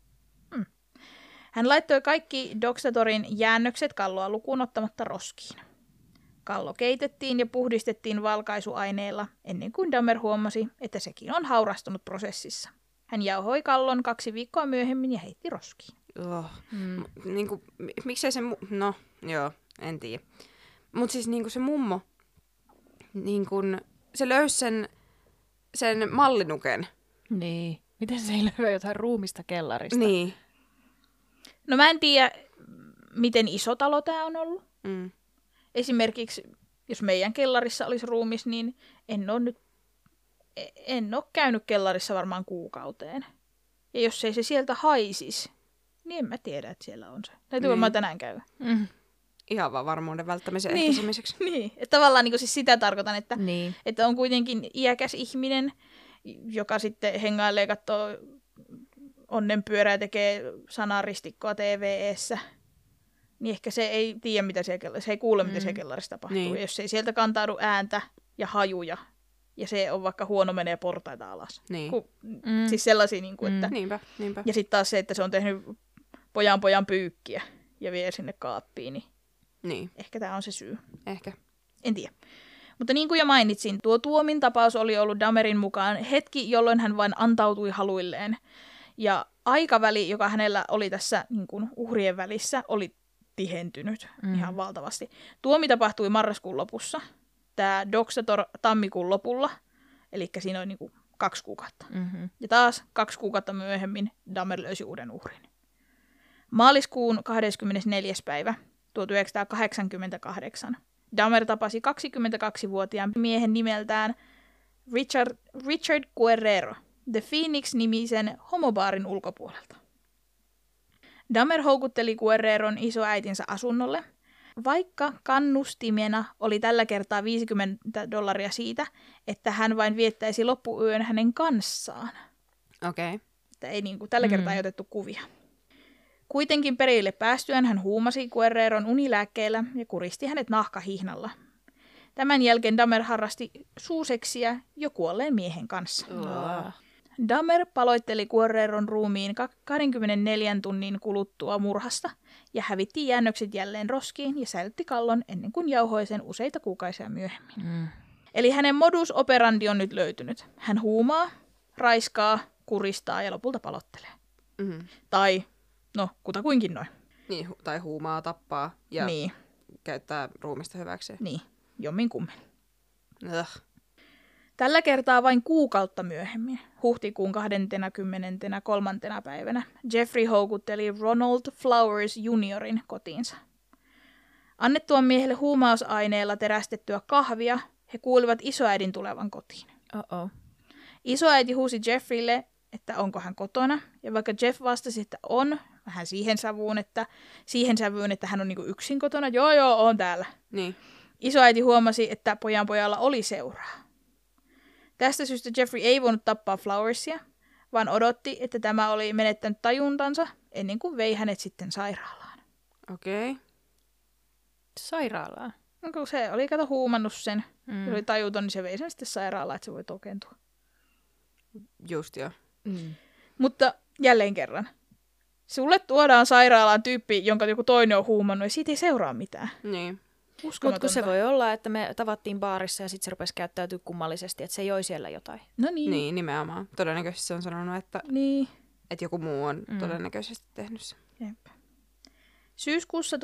Hän laittoi kaikki Doxtatorin jäännökset kalloa lukuun ottamatta roskiin. Kallo keitettiin ja puhdistettiin valkaisuaineella, ennen kuin Dahmer huomasi, että sekin on haurastunut prosessissa. Hän jauhoi kallon 2 viikkoa myöhemmin ja heitti roskiin.
Niinku, miksei se... No, joo, en tiedä. Mutta siis niinku se mummo, niinku, se löysi sen mallinuken.
Niin. Miten se ei löyä jotain ruumista kellarista?
Niin.
No mä en tiedä, miten iso talo tää on ollut. Esimerkiksi, jos meidän kellarissa olisi ruumis, niin en ole käynyt kellarissa varmaan kuukauteen. Ja jos ei se sieltä haisisi, niin en mä tiedä, että siellä on se. Täytyykö mä tänään käydä?
Ihan vaan varmuuden välttämisen ehkäisemiseksi.
Niin, että tavallaan niin siis sitä tarkoitan, että on kuitenkin iäkäs ihminen, joka sitten hengailee, katsoo onnenpyörää ja tekee sanaristikkoa TV:ssä. Niin ehkä se ei tiedä, mitä siellä se ei kuule, mitä siellä kellarissa tapahtuu. Niin. Ja jos ei sieltä kantaudu ääntä ja hajuja, ja se on vaikka huono, menee portaita alas.
Niin.
Siis sellaisia, niin kuin, että...
Niinpä.
Ja sitten taas se, että se on tehnyt pojan pyykkiä ja vie sinne kaappiin, niin ehkä tämä on se syy.
Ehkä.
En tiedä. Mutta niin kuin jo mainitsin, tuo Tuomin tapaus oli ollut Dahmerin mukaan hetki, jolloin hän vain antautui haluilleen. Ja aikaväli, joka hänellä oli tässä niin kuin uhrien välissä, oli tihentynyt ihan valtavasti. Tuomi tapahtui marraskuun lopussa. Tämä Doxtator tammikuun lopulla, eli siinä on niin kuin 2 kuukautta. Ja taas 2 kuukautta myöhemmin Dahmer löysi uuden uhrin. Maaliskuun 24. päivä 1988 Dahmer tapasi 22-vuotiaan miehen nimeltään Richard Guerrero The Phoenix-nimisen homobaarin ulkopuolelta. Dahmer houkutteli Guerreron isoäitinsä asunnolle, vaikka kannustimena oli tällä kertaa $50 siitä, että hän vain viettäisi loppuyön hänen kanssaan.
Okei.
Että ei tällä kertaa ei otettu kuvia. Kuitenkin perille päästyään hän huumasi Guerreron unilääkkeellä ja kuristi hänet nahkahihnalla. Tämän jälkeen Dahmer harrasti suuseksiä jo kuolleen miehen kanssa. Dahmer paloitteli Guerreron ruumiin 24 tunnin kuluttua murhasta ja hävitti jäännökset jälleen roskiin ja säilytti kallon ennen kuin jauhoi sen useita kuukausia myöhemmin. Eli hänen modus operandi on nyt löytynyt. Hän huumaa, raiskaa, kuristaa ja lopulta palottelee. Tai, kutakuinkin noin.
Niin, tai huumaa, tappaa ja käyttää ruumista hyväkseen.
Niin, jomminkummin. Tällä kertaa vain kuukautta myöhemmin, huhtikuun 23. päivänä, Jeffrey houkutteli Ronald Flowers Juniorin kotiinsa. Annettua miehelle huumausaineella terästettyä kahvia, he kuulivat isoäidin tulevan kotiin. Isoäiti huusi Jeffreylle, että onko hän kotona, ja vaikka Jeff vastasi, että on, vähän siihen sävyyn, että hän on niinku yksin kotona, joo, on täällä.
Niin.
Isoäiti huomasi, että pojalla oli seuraa. Tästä syystä Jeffrey ei voinut tappaa Flowersia, vaan odotti, että tämä oli menettänyt tajuntansa ennen kuin vei hänet sitten sairaalaan.
Okei.
Sairaalaan?
No, kun se oli huumannut sen, se oli tajuton, niin se vei sen sitten sairaalaan, että se voi tokentua.
Just joo.
Mutta jälleen kerran. Sulle tuodaan sairaalaan tyyppi, jonka joku toinen on huumannut, ja siitä ei seuraa mitään.
Niin.
Mutta
Uskomatonta.
kun se voi olla, että me tavattiin baarissa ja sitten se rupesi käyttäytyä kummallisesti, että se joi siellä jotain.
No niin.
Niin, nimenomaan. Todennäköisesti se on sanonut, että
Niin.
joku muu on todennäköisesti tehnyt sen.
Jep. Syyskuussa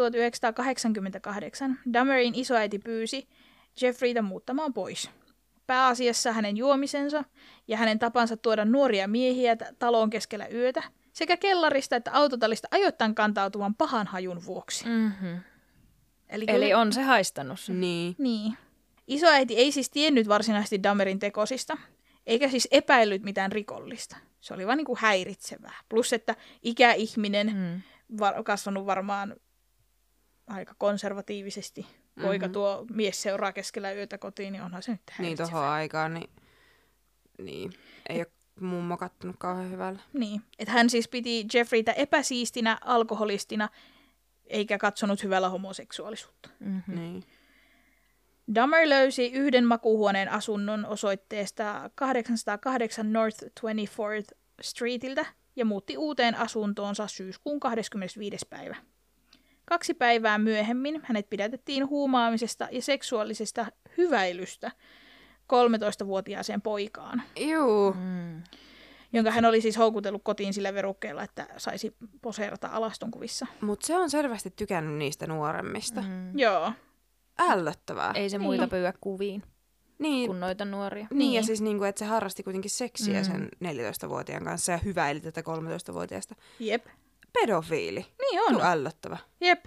1988 Dahmerin isoäiti pyysi Jeffreytä muuttamaan pois. Pääasiassa hänen juomisensa ja hänen tapansa tuoda nuoria miehiä taloon keskellä yötä sekä kellarista että autotallista ajoittain kantautuvan pahan hajun vuoksi.
Mm-hmm.
Eli
on se haistanut sen.
Niin.
Niin. Isoäiti ei siis tiennyt varsinaisesti Dahmerin tekosista, eikä siis epäillyt mitään rikollista. Se oli vaan niin kuin häiritsevää. Plus, että ikäihminen, kasvanut varmaan aika konservatiivisesti, poika tuo mies seuraa keskellä yötä kotiin, niin onhan se nyt
Niin
häiritsevää.
tohon aikaan, niin ei ole mummo kattonut kauhean hyvällä.
Niin, että hän siis piti Jeffreytä epäsiistinä, alkoholistina, eikä katsonut hyvällä homoseksuaalisuutta.
Mm-hmm.
Niin.
Dahmer löysi yhden makuuhuoneen asunnon osoitteesta 808 North 24th Streetiltä ja muutti uuteen asuntoonsa syyskuun 25. päivä. 2 päivää myöhemmin hänet pidätettiin huumaamisesta ja seksuaalisesta hyväilystä 13-vuotiaaseen poikaan,
Juu.
jonka hän oli siis houkutellut kotiin sillä verukkeella, että saisi poseerata alastonkuvissa.
Mutta se on selvästi tykännyt niistä nuoremmista.
Joo.
Ällöttävää.
Ei se muita pyydä kuviin,
Niin,
kun noita nuoria.
niin, ja siis niinku, että se harrasti kuitenkin seksiä sen 14-vuotiaan kanssa ja hyväili tätä 13-vuotiaasta.
Jep.
Pedofiili.
Niin on.
Tuo ällöttävä.
Jep.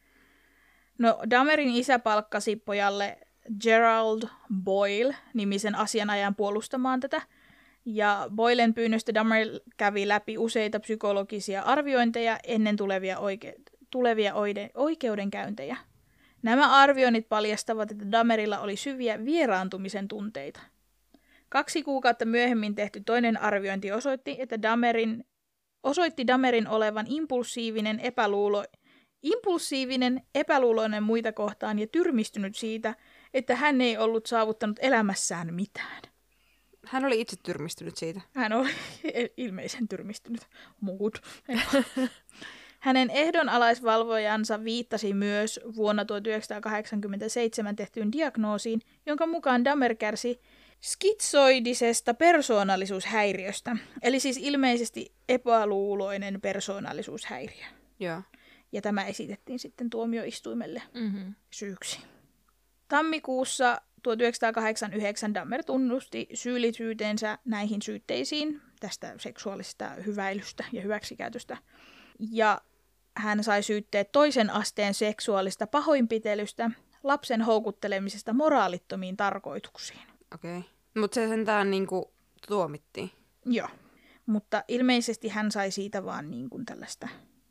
No, Dahmerin isä palkkasi pojalle Gerald Boyle-nimisen asianajan puolustamaan tätä. Ja Boylen pyynnöstä Dahmer kävi läpi useita psykologisia arviointeja ennen tulevia oikeudenkäyntejä. Nämä arvioinnit paljastavat, että Dahmerilla oli syviä vieraantumisen tunteita. 2 kuukautta myöhemmin tehty toinen arviointi osoitti Dahmerin olevan impulsiivinen, epäluuloinen muita kohtaan ja tyrmistynyt siitä, että hän ei ollut saavuttanut elämässään mitään.
Hän oli itse tyrmistynyt siitä.
Hän oli ilmeisen tyrmistynyt. Muut. Hänen ehdonalaisvalvojansa viittasi myös vuonna 1987 tehtyyn diagnoosiin, jonka mukaan Dahmer kärsi skitsoidisesta persoonallisuushäiriöstä, eli siis ilmeisesti epäluuloinen persoonallisuushäiriö.
Joo.
Ja tämä esitettiin sitten tuomioistuimelle syyksi. Tammikuussa 1989 Dahmer tunnusti syyllisyytensä näihin syytteisiin tästä seksuaalisesta hyväilystä ja hyväksikäytöstä. Ja hän sai syytteet toisen asteen seksuaalista pahoinpitelystä, lapsen houkuttelemisesta moraalittomiin tarkoituksiin.
Okei. Mutta se sentään niinku tuomittiin.
Joo, mutta ilmeisesti hän sai siitä vaan niin kuin tällaista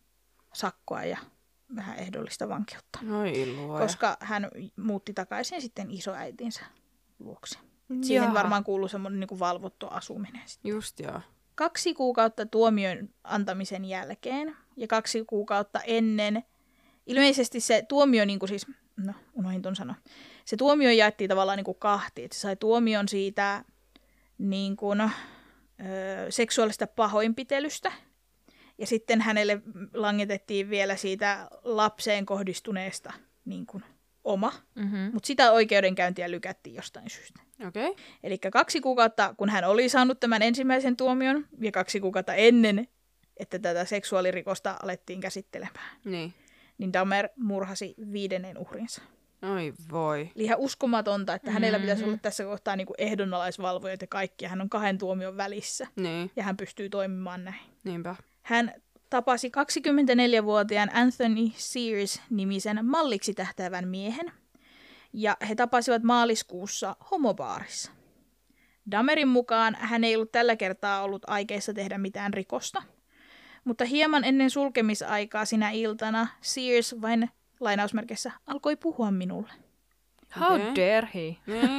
sakkoa ja vähän ehdollista vankeutta.
Oi luoja.
Koska hän muutti takaisin sitten isoäitinsä luokse. Siihen varmaan kuuluu semmoinen niin kuin valvottu asuminen.
Just joo.
2 kuukautta tuomion antamisen jälkeen ja 2 kuukautta ennen, ilmeisesti se tuomio, niin kuin siis, no unohdin ton sanoa, se tuomio jaettiin tavallaan niin kuin kahtiin, että se sai tuomion siitä niin kuin, seksuaalista pahoinpitelystä ja sitten hänelle langetettiin vielä siitä lapseen kohdistuneesta niin kuin oma, mutta sitä oikeudenkäyntiä lykättiin jostain syystä.
Okei.
Eli 2 kuukautta, kun hän oli saanut tämän ensimmäisen tuomion, ja 2 kuukautta ennen, että tätä seksuaalirikosta alettiin käsittelemään, niin Dahmer murhasi 5. uhrinsa.
Oi voi.
Eli ihan uskomatonta, että hänellä pitäisi olla tässä kohtaa niin kuin ehdonalaisvalvojat ja kaikki, ja hän on 2 tuomion välissä,
Niin.
ja hän pystyy toimimaan näin.
Niinpä.
Hän tapasi 24-vuotiaan Anthony Sears-nimisen malliksi tähtäävän miehen, ja he tapasivat maaliskuussa homobaarissa. Dahmerin mukaan hän ei ollut tällä kertaa ollut aikeissa tehdä mitään rikosta, mutta hieman ennen sulkemisaikaa sinä iltana Sears vain lainausmerkissä alkoi puhua minulle.
How
Okei.
dare he?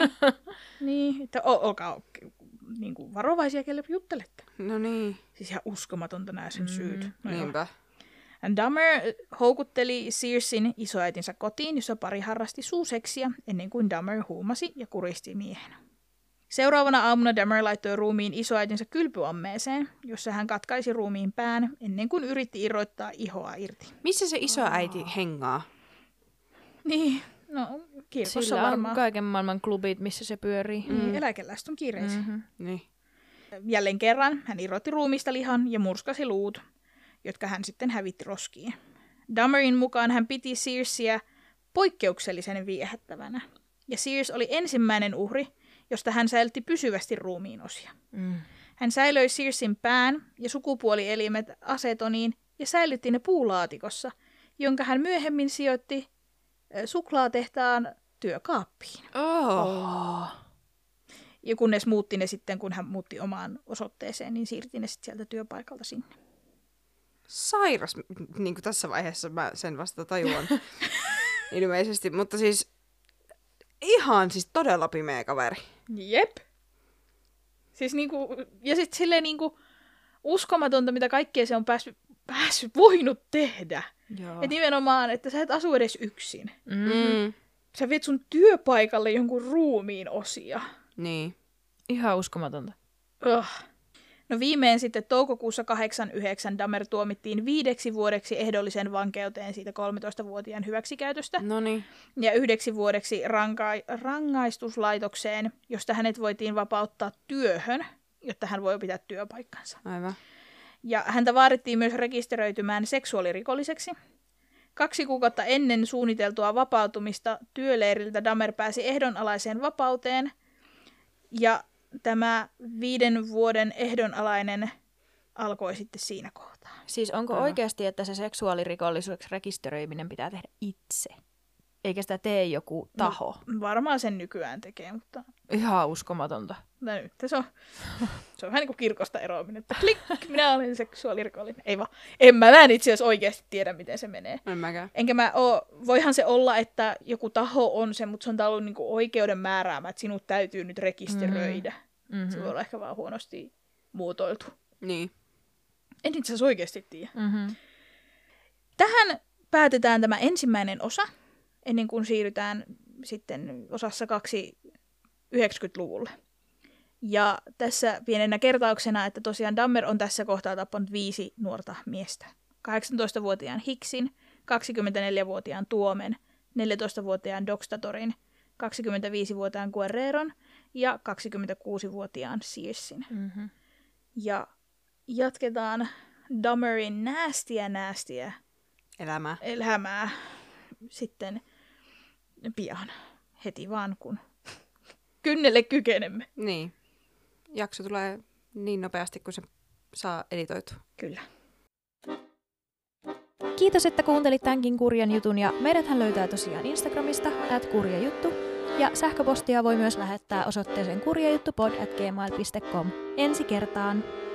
Niin, että olkaa niin kuin varovaisia, kelle juttelette.
No niin.
Siis ihan uskomatonta nämä sen syyt. No joo.
Niinpä.
Dahmer houkutteli Searsin isoäitinsä kotiin, jossa pari harrasti suuseksiä ennen kuin Dahmer huumasi ja kuristi miehen. Seuraavana aamuna Dahmer laittoi ruumiin isoäitinsä kylpyammeeseen, jossa hän katkaisi ruumiin pään ennen kuin yritti irrottaa ihoa irti.
Missä se isoäiti hengaa?
Niin, No, kirkossa
Sillä
varmaan.
on kaiken maailman klubit, missä se pyörii.
Niin, eläkeläiset on kiireisiä.
Mm-hmm.
Niin.
Jälleen kerran hän irrotti ruumista lihan ja murskasi luut, jotka hän sitten hävitti roskiin. Dahmerin mukaan hän piti Searsia poikkeuksellisen viehättävänä. Ja Sears oli ensimmäinen uhri, josta hän säilytti pysyvästi ruumiin osia. Hän säilöi Searsin pään ja sukupuolielimet asetoniin ja säilytti ne puulaatikossa, jonka hän myöhemmin sijoitti suklaatehtaan työkaappiin. Ja kunnes muutti ne sitten, kun hän muutti omaan osoitteeseen, niin siirti ne sitten sieltä työpaikalta sinne.
Sairas, niin kuin tässä vaiheessa mä sen vasta tajuan ilmeisesti, mutta siis ihan siis todella pimeä kaveri.
Jep. Siis niinku, ja sitten silleen niinku uskomatonta, mitä kaikkea se on päässyt voinut tehdä. Et nimenomaan, että sä et asu edes yksin. Sä viet sun työpaikalle jonkun ruumiin osia.
Niin.
Ihan uskomatonta.
No viimein sitten toukokuussa 1989 Dahmer tuomittiin 5 vuodeksi ehdolliseen vankeuteen siitä 13-vuotiaan hyväksikäytöstä.
Noniin.
Ja 9 vuodeksi rangaistuslaitokseen, josta hänet voitiin vapauttaa työhön, jotta hän voi pitää työpaikkansa.
Aivan.
Ja häntä vaadittiin myös rekisteröitymään seksuaalirikolliseksi. 2 kuukautta ennen suunniteltua vapautumista työleiriltä Dahmer pääsi ehdonalaiseen vapauteen. Ja tämä 5 vuoden ehdonalainen alkoi sitten siinä kohtaa.
Siis onko oikeasti, että se seksuaalirikollisuudeksi rekisteröiminen pitää tehdä itse? Eikä sitä tee joku taho?
No, varmaan sen nykyään tekee, mutta...
Ihan uskomatonta.
No nyt se on vähän niin kuin kirkosta eroaminen, että klik, minä olen seksuaalirikollinen. Ei vaan, mä en itse asiassa oikeasti tiedä, miten se menee.
En mäkään.
Enkä mä voihan se olla, että joku taho on se, mutta se on ollut niin kuin oikeuden määräämä, että sinut täytyy nyt rekisteröidä. Se voi olla ehkä vaan huonosti muotoiltu.
Niin.
En itse asiassa oikeasti tiedä. Tähän päätetään tämä ensimmäinen osa, ennen kuin siirrytään sitten osassa 2 90-luvulle. Ja tässä pienenä kertauksena, että tosiaan Dahmer on tässä kohtaa tappanut 5 nuorta miestä. 18-vuotiaan Hicksin, 24-vuotiaan Tuomen, 14-vuotiaan Doxtatorin, 25-vuotiaan Guerreron ja 26-vuotiaan Searsin. Ja jatketaan Dahmerin näästiä elämää sitten pian. Heti vaan, kun kynnelle kykenemme.
Niin. Jakso tulee niin nopeasti, kun se saa editoitua.
Kyllä.
Kiitos, että kuuntelit tämänkin kurjan jutun, ja meidäthän löytää tosiaan Instagramista @kurjajuttu, ja sähköpostia voi myös lähettää osoitteeseen kurjajuttupod@gmail.com. Ensi kertaan!